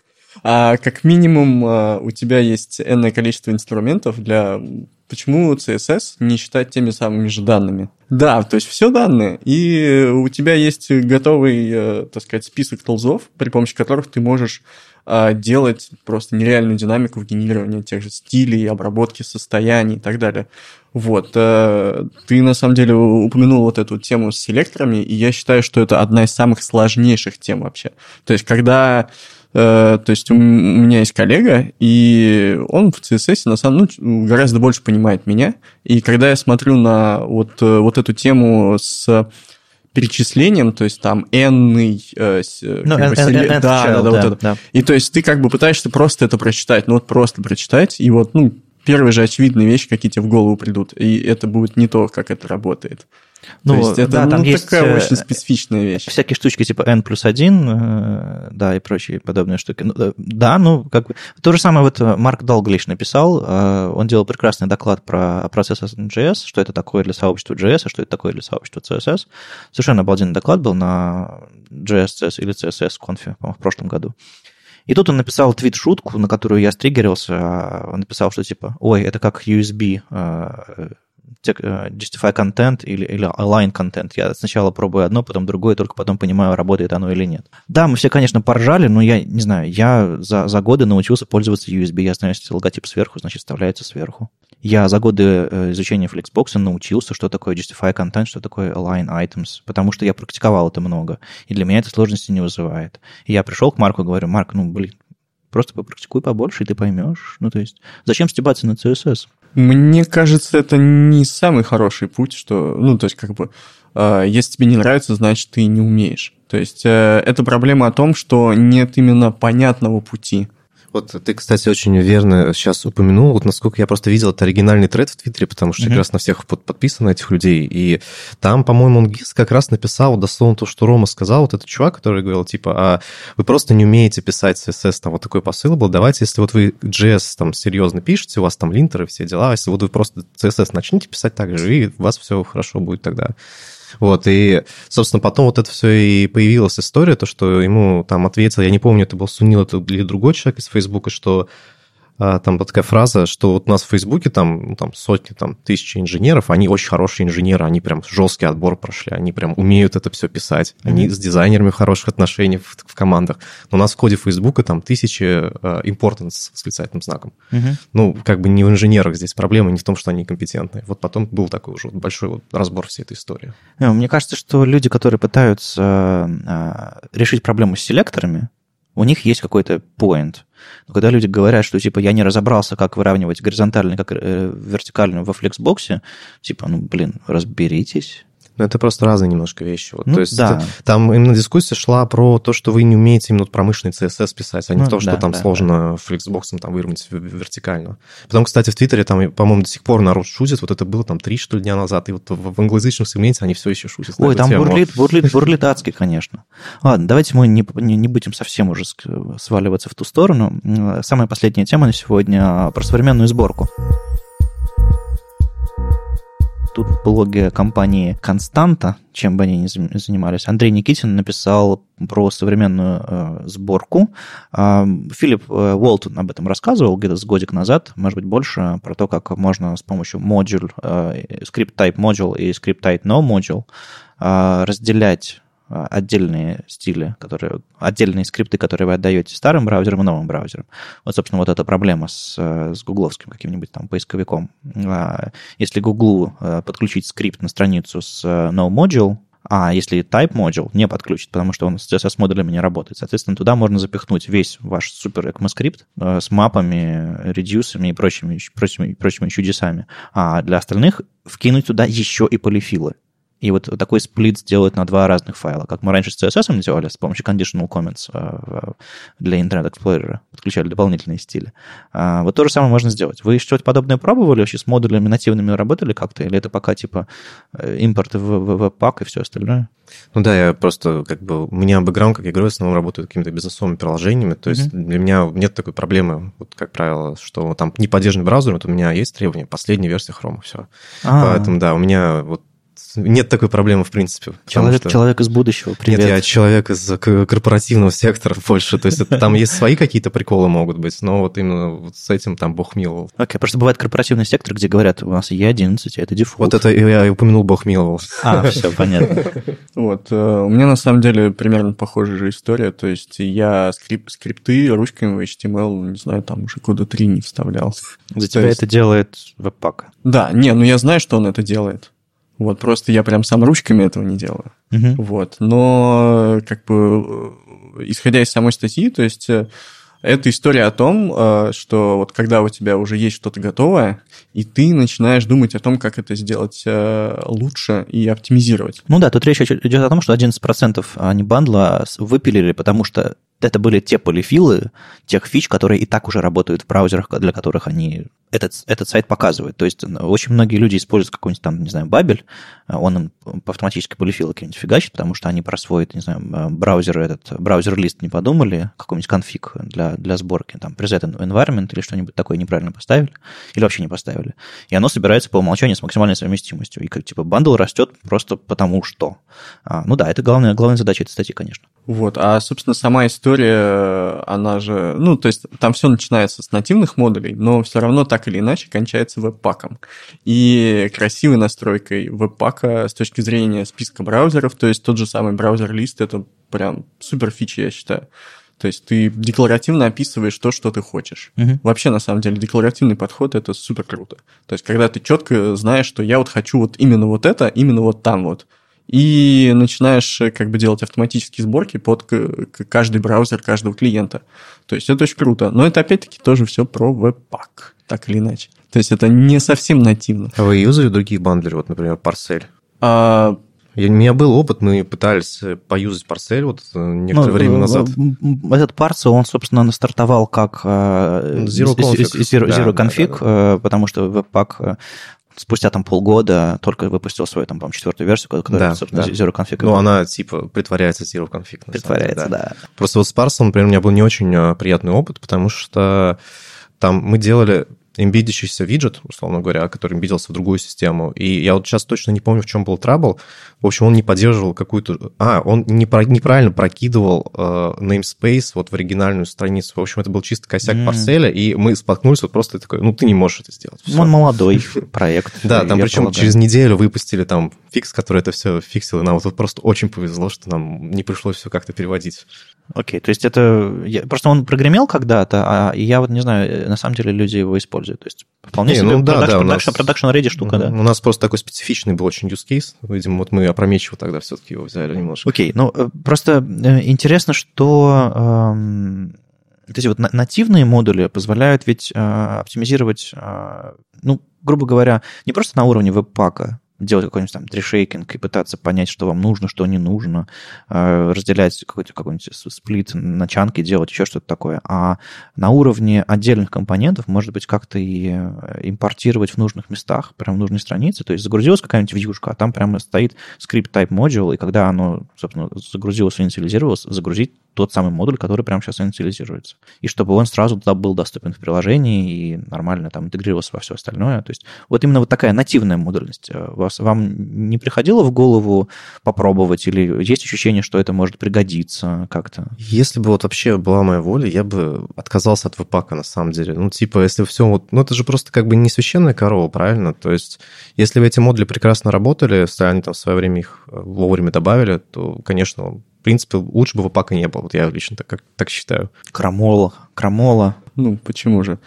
А как минимум у тебя есть энное количество инструментов для... Почему си эс эс не считать теми самыми же данными? Да, то есть все данные, и у тебя есть готовый, так сказать, список тулзов, при помощи которых ты можешь делать просто нереальную динамику в генерировании тех же стилей, обработки состояний и так далее. Вот. Ты, на самом деле, упомянул вот эту тему с селекторами, и я считаю, что это одна из самых сложнейших тем вообще. То есть, когда... То есть у меня есть коллега, и он в си эс эс на самом деле ну, гораздо больше понимает меня. И когда я смотрю на вот, вот эту тему с перечислением, то есть там n-ный... Ну, да, да, да, вот это. Да. И то есть ты как бы пытаешься просто это прочитать, ну вот просто прочитать, и вот ну, первые же очевидные вещи, какие тебе в голову придут, и это будет не то, как это работает. Ну, То есть это да, там ну, есть такая очень специфичная вещь. Всякие штучки типа N плюс один, да, и прочие подобные штуки. Да, ну, как бы... То же самое вот Марк Далглиш написал, он делал прекрасный доклад про процесс джей эс, что это такое для сообщества джей эс, а что это такое для сообщества си эс эс. Совершенно обалденный доклад был на джей эс си эс или си эс эс конфе, по-моему, в прошлом году. И тут он написал твит-шутку, на которую я стриггерился. Он написал, что типа, ой, это как ю эс би justify content или, или align content. Я сначала пробую одно, потом другое, только потом понимаю, работает оно или нет. Да, мы все, конечно, поржали, но я не знаю, я за, за годы научился пользоваться ю эс би. Я знаю, если логотип сверху, значит, вставляется сверху. Я за годы изучения Flexbox научился, что такое justify content, что такое align items, потому что я практиковал это много, и для меня это сложности не вызывает. И я пришел к Марку и говорю, Марк, ну, блин, просто попрактикуй побольше, и ты поймешь. Ну, то есть, зачем стебаться на си эс эс? Мне кажется, это не самый хороший путь, что, ну, то есть, как бы, э, если тебе не нравится, значит, ты не умеешь. То есть, э, это проблема о том, что нет именно понятного пути. Вот ты, кстати, очень верно сейчас упомянул, вот насколько я просто видел, это оригинальный тред в Твиттере, потому что mm-hmm. я как раз на всех под, подписан, этих людей, и там, по-моему, Унгис как раз написал дословно то, что Рома сказал, вот этот чувак, который говорил, типа, а вы просто не умеете писать си эс эс, там вот такой посыл был, давайте, если вот вы джей эс там серьезно пишете, у вас там линтеры, все дела, если вот вы просто си эс эс начните писать так же, и у вас все хорошо будет тогда. Вот, и, собственно, потом вот это все и появилась история, то, что ему там ответил, я не помню, это был Сунил или другой человек из Фейсбука, что а, там была такая фраза, что вот у нас в Фейсбуке там, ну, там сотни, там, тысячи инженеров, они очень хорошие инженеры, они прям жесткий отбор прошли, они прям умеют это все писать, mm-hmm. они с дизайнерами в хороших отношениях в, в командах. Но у нас в коде Фейсбука там тысячи uh, importance с восклицательным знаком. Mm-hmm. Ну, как бы не в инженерах здесь проблема, не в том, что они компетентны. Вот потом был такой уже большой вот разбор всей этой истории. Мне кажется, что люди, которые пытаются uh, решить проблему с селекторами, у них есть какой-то point. Но когда люди говорят, что типа я не разобрался, как выравнивать горизонтально, как э, вертикально во флексбоксе, типа, ну, блин, разберитесь. Ну, это просто разные немножко вещи. Вот, ну, то есть да. там именно дискуссия шла про то, что вы не умеете именно промышленный си эс эс писать, а не ну, то, что да, там да, сложно да. флексбоксом там выровнять вертикально. Потом, кстати, в Твиттере там, по-моему, до сих пор народ шутит, вот это было там три, что ли, дня назад, и вот в англоязычном сегменте они все еще шутят. Ой, там бурлит, бурлит, бурлит адски, конечно. Ладно, давайте мы не, не, не будем совсем уже сваливаться в ту сторону. Самая последняя тема на сегодня про современную сборку. Тут в блоге компании «Константа», чем бы они ни занимались, Андрей Никитин написал про современную э, сборку. Э, Филипп э, Уолтон об этом рассказывал где-то с годик назад, может быть, больше, про то, как можно с помощью module, э, script type module и script type no module э, разделять отдельные стили, которые, отдельные скрипты, которые вы отдаете старым браузерам и новым браузерам. Вот, собственно, вот эта проблема с, с гугловским каким-нибудь там поисковиком. Если Гуглу подключить скрипт на страницу с no-module, а если type module не подключит, потому что он с си эс эс-модулями не работает, соответственно, туда можно запихнуть весь ваш супер ECMAScript с мапами, редюсами и прочими, прочими, прочими чудесами. А для остальных вкинуть туда еще и полифилы. И вот такой сплит сделать на два разных файла. Как мы раньше с си эс эс делали, с помощью conditional comments для Internet Explorer, подключали дополнительные стили. Вот то же самое можно сделать. Вы что-то подобное пробовали? Вообще с модулями нативными работали как-то? Или это пока типа импорт в веб-пак и все остальное? Ну да, я просто как бы... У меня бэкграунд, как я говорю, в основном работаю какими-то бизнесовыми приложениями. То есть mm-hmm. для меня нет такой проблемы, вот как правило, что там не поддержан браузер, вот у меня есть требования, последняя версия Chrome, все. А-а-а. Поэтому да, у меня вот нет такой проблемы, в принципе. Человек, что... человек из будущего, привет. Нет, я человек из корпоративного сектора больше. То есть это, там есть свои какие-то приколы могут быть, но вот именно вот с этим там бог миловал. Окей, okay, просто бывает корпоративный сектор, где говорят, у нас и одиннадцать, это дефолт. Вот это я и упомянул, бог миловал. А, все, понятно. Вот, у меня на самом деле примерно похожая же история. То есть я скрип, скрипты ручками в эйч ти эм эл, не знаю, там уже года три не вставлял. За тебя это делает веб-пак? Да, не, ну я знаю, что он это делает. Вот, просто я прям сам ручками этого не делаю. Uh-huh. Вот, но как бы исходя из самой статьи, то есть это история о том, что вот когда у тебя уже есть что-то готовое, и ты начинаешь думать о том, как это сделать лучше и оптимизировать. Ну да, тут речь идет о том, что одиннадцать процентов они бандла выпилили, потому что это были те полифилы, тех фич, которые и так уже работают в браузерах, для которых они этот, этот сайт показывают. То есть очень многие люди используют какой-нибудь там, не знаю, Бабель, он им автоматически полифилы какие-нибудь фигачит, потому что они про свой, не знаю, браузер, этот браузер-лист не подумали, какой-нибудь конфиг для, для сборки, там, preset environment или что-нибудь такое неправильно поставили, или вообще не поставили. И оно собирается по умолчанию с максимальной совместимостью. И как типа бандл растет просто потому что. А, ну да, это главная, главная задача этой статьи, конечно. Вот, а, собственно, сама история, она же, ну, то есть там все начинается с нативных модулей, но все равно так или иначе кончается веб-паком. И красивой настройкой веб-пака с точки зрения списка браузеров, то есть тот же самый браузер-лист, это прям супер фича, я считаю. То есть ты декларативно описываешь то, что ты хочешь. Uh-huh. Вообще, на самом деле, декларативный подход – это супер круто. То есть когда ты четко знаешь, что я вот хочу вот именно вот это, именно вот там вот, и начинаешь как бы делать автоматические сборки под каждый браузер каждого клиента. То есть это очень круто. Но это опять-таки тоже все про веб-пак, так или иначе. То есть это не совсем нативно. А вы юзали другие бандлеры, вот, например, Parcel? А... Я, у меня был опыт, мы пытались поюзать Parcel вот некоторое ну, время назад. Этот Parcel, он, собственно, стартовал как Zero Config, Zero, да, Zero Config да, да, да. потому что Webpack спустя там полгода только выпустил свою, там, по-моему, четвертую версию, которая, да, собственно, да. Zero Config. Ну, она, типа, притворяется Zero Config. Притворяется, деле, да. да. Просто вот с Parcel, например, у меня был не очень приятный опыт, потому что там мы делали эмбидящийся виджет, условно говоря, который эмбидился в другую систему. И я вот сейчас точно не помню, в чем был трабл. В общем, он не поддерживал какую-то... А, он не про... неправильно прокидывал э, namespace вот в оригинальную страницу. В общем, это был чисто косяк mm. Parcel, и мы споткнулись вот просто такой, ну, ты не можешь это сделать. Все. Он молодой проект. Да, там причем через неделю выпустили там фикс, который это все фиксил, и нам вот просто очень повезло, что нам не пришлось все как-то переводить. Окей, то есть это... Просто он прогремел когда-то, а я вот не знаю, на самом деле люди его используют. То есть вполне не, себе ну, да, продакшн, да, продакшн, нас... продакшн ready штука, да. У нас просто такой специфичный был очень use case. Видимо, вот мы опрометчиво тогда все-таки его взяли немножко. Окей, ну просто интересно, что... Эм... Вот эти вот нативные модули позволяют ведь э, оптимизировать, э, ну, грубо говоря, не просто на уровне веб-пака, делать какой-нибудь там трешейкинг и пытаться понять, что вам нужно, что не нужно, разделять какой-то какой-нибудь сплит на чанки, делать еще что-то такое. А на уровне отдельных компонентов, может быть, как-то и импортировать в нужных местах, прямо в нужной странице. То есть загрузилась какая-нибудь вьюшка, а там прямо стоит script type module, и когда оно, собственно, загрузилось, инициализировалось, загрузить тот самый модуль, который прямо сейчас инициализируется. И чтобы он сразу туда был доступен в приложении и нормально там интегрировался во все остальное. То есть вот именно вот такая нативная модульность. Вас, вам не приходило в голову попробовать или есть ощущение, что это может пригодиться как-то? Если бы вот вообще была моя воля, я бы отказался от веб-пака на самом деле. Ну, типа, если все вот... Ну, это же просто как бы не священная корова, правильно? То есть, если бы эти модули прекрасно работали, если они там в свое время их вовремя добавили, то, конечно, в принципе, лучше бы веб-пака не было. Вот я лично так, как, так считаю. Крамола, крамола. Ну, почему же?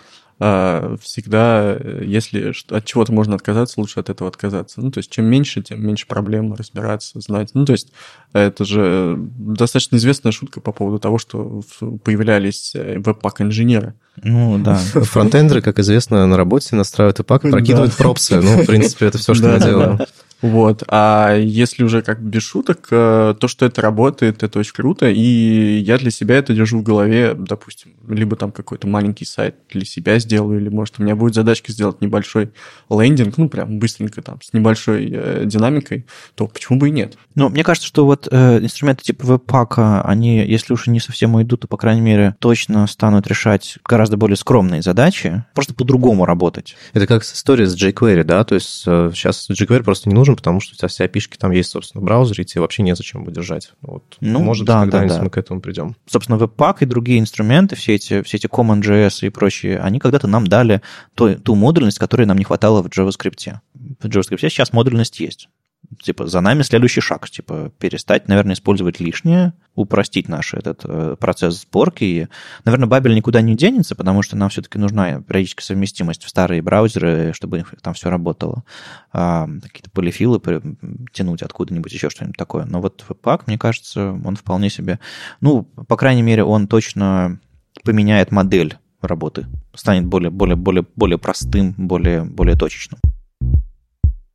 А, всегда, если от чего-то можно отказаться, лучше от этого отказаться. Ну, то есть, чем меньше, тем меньше проблем разбираться, знать. Ну, то есть, это же достаточно известная шутка по поводу того, что появлялись веб-пак-инженеры. Ну, да. Фронтендеры, как известно, на работе настраивают веб-пак и прокидывают пропсы. Ну, в принципе, это все, что мы делаем. Вот, а если уже как бы без шуток, то, что это работает, это очень круто, и я для себя это держу в голове, допустим, либо там какой-то маленький сайт для себя сделаю, или, может, у меня будет задачка сделать небольшой лендинг, ну, прям быстренько там, с небольшой э, динамикой, то почему бы и нет? Ну, мне кажется, что вот э, инструменты типа веб-пака, они, если уж не совсем уйдут, то, по крайней мере, точно станут решать гораздо более скромные задачи, просто по-другому работать. Это как история с jQuery, да, то есть э, сейчас jQuery просто не нужен, потому что у тебя все эй пи ай-шки там есть, собственно, в браузере, и тебе вообще незачем его держать. Вот. Ну, может, да, когда-нибудь да, да. мы к этому придем. Собственно, веб-пак и другие инструменты, все эти, все эти Common.js и прочие, они когда-то нам дали ту, ту модульность, которой нам не хватало в JavaScript. В JavaScript сейчас модульность есть. Типа, за нами следующий шаг, типа, перестать, наверное, использовать лишнее, упростить наш этот э, процесс сборки. И, наверное, Бабель никуда не денется, потому что нам все-таки нужна периодическая совместимость в старые браузеры, чтобы там все работало. А, какие-то полифилы тянуть откуда-нибудь, еще что-нибудь такое. Но вот веб-пак, мне кажется, он вполне себе... Ну, по крайней мере, он точно поменяет модель работы, станет более, более, более, более простым, более, более точечным.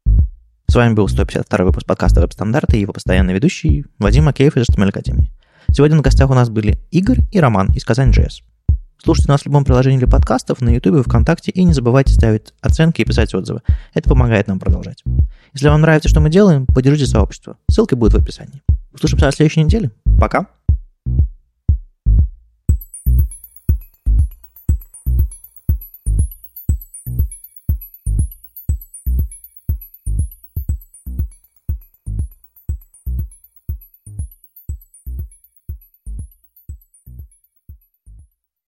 С вами был сто пятьдесят второй выпуск подкаста «Веб-стандарты» и его постоянный ведущий Вадим Макеев из эйч ти эм эль Академии. Сегодня на гостях у нас были Игорь и Роман из Казань.js. Слушайте нас в любом приложении для подкастов, на YouTube, ВКонтакте, и не забывайте ставить оценки и писать отзывы. Это помогает нам продолжать. Если вам нравится, что мы делаем, поддержите сообщество. Ссылки будут в описании. Услышимся на следующей неделе. Пока!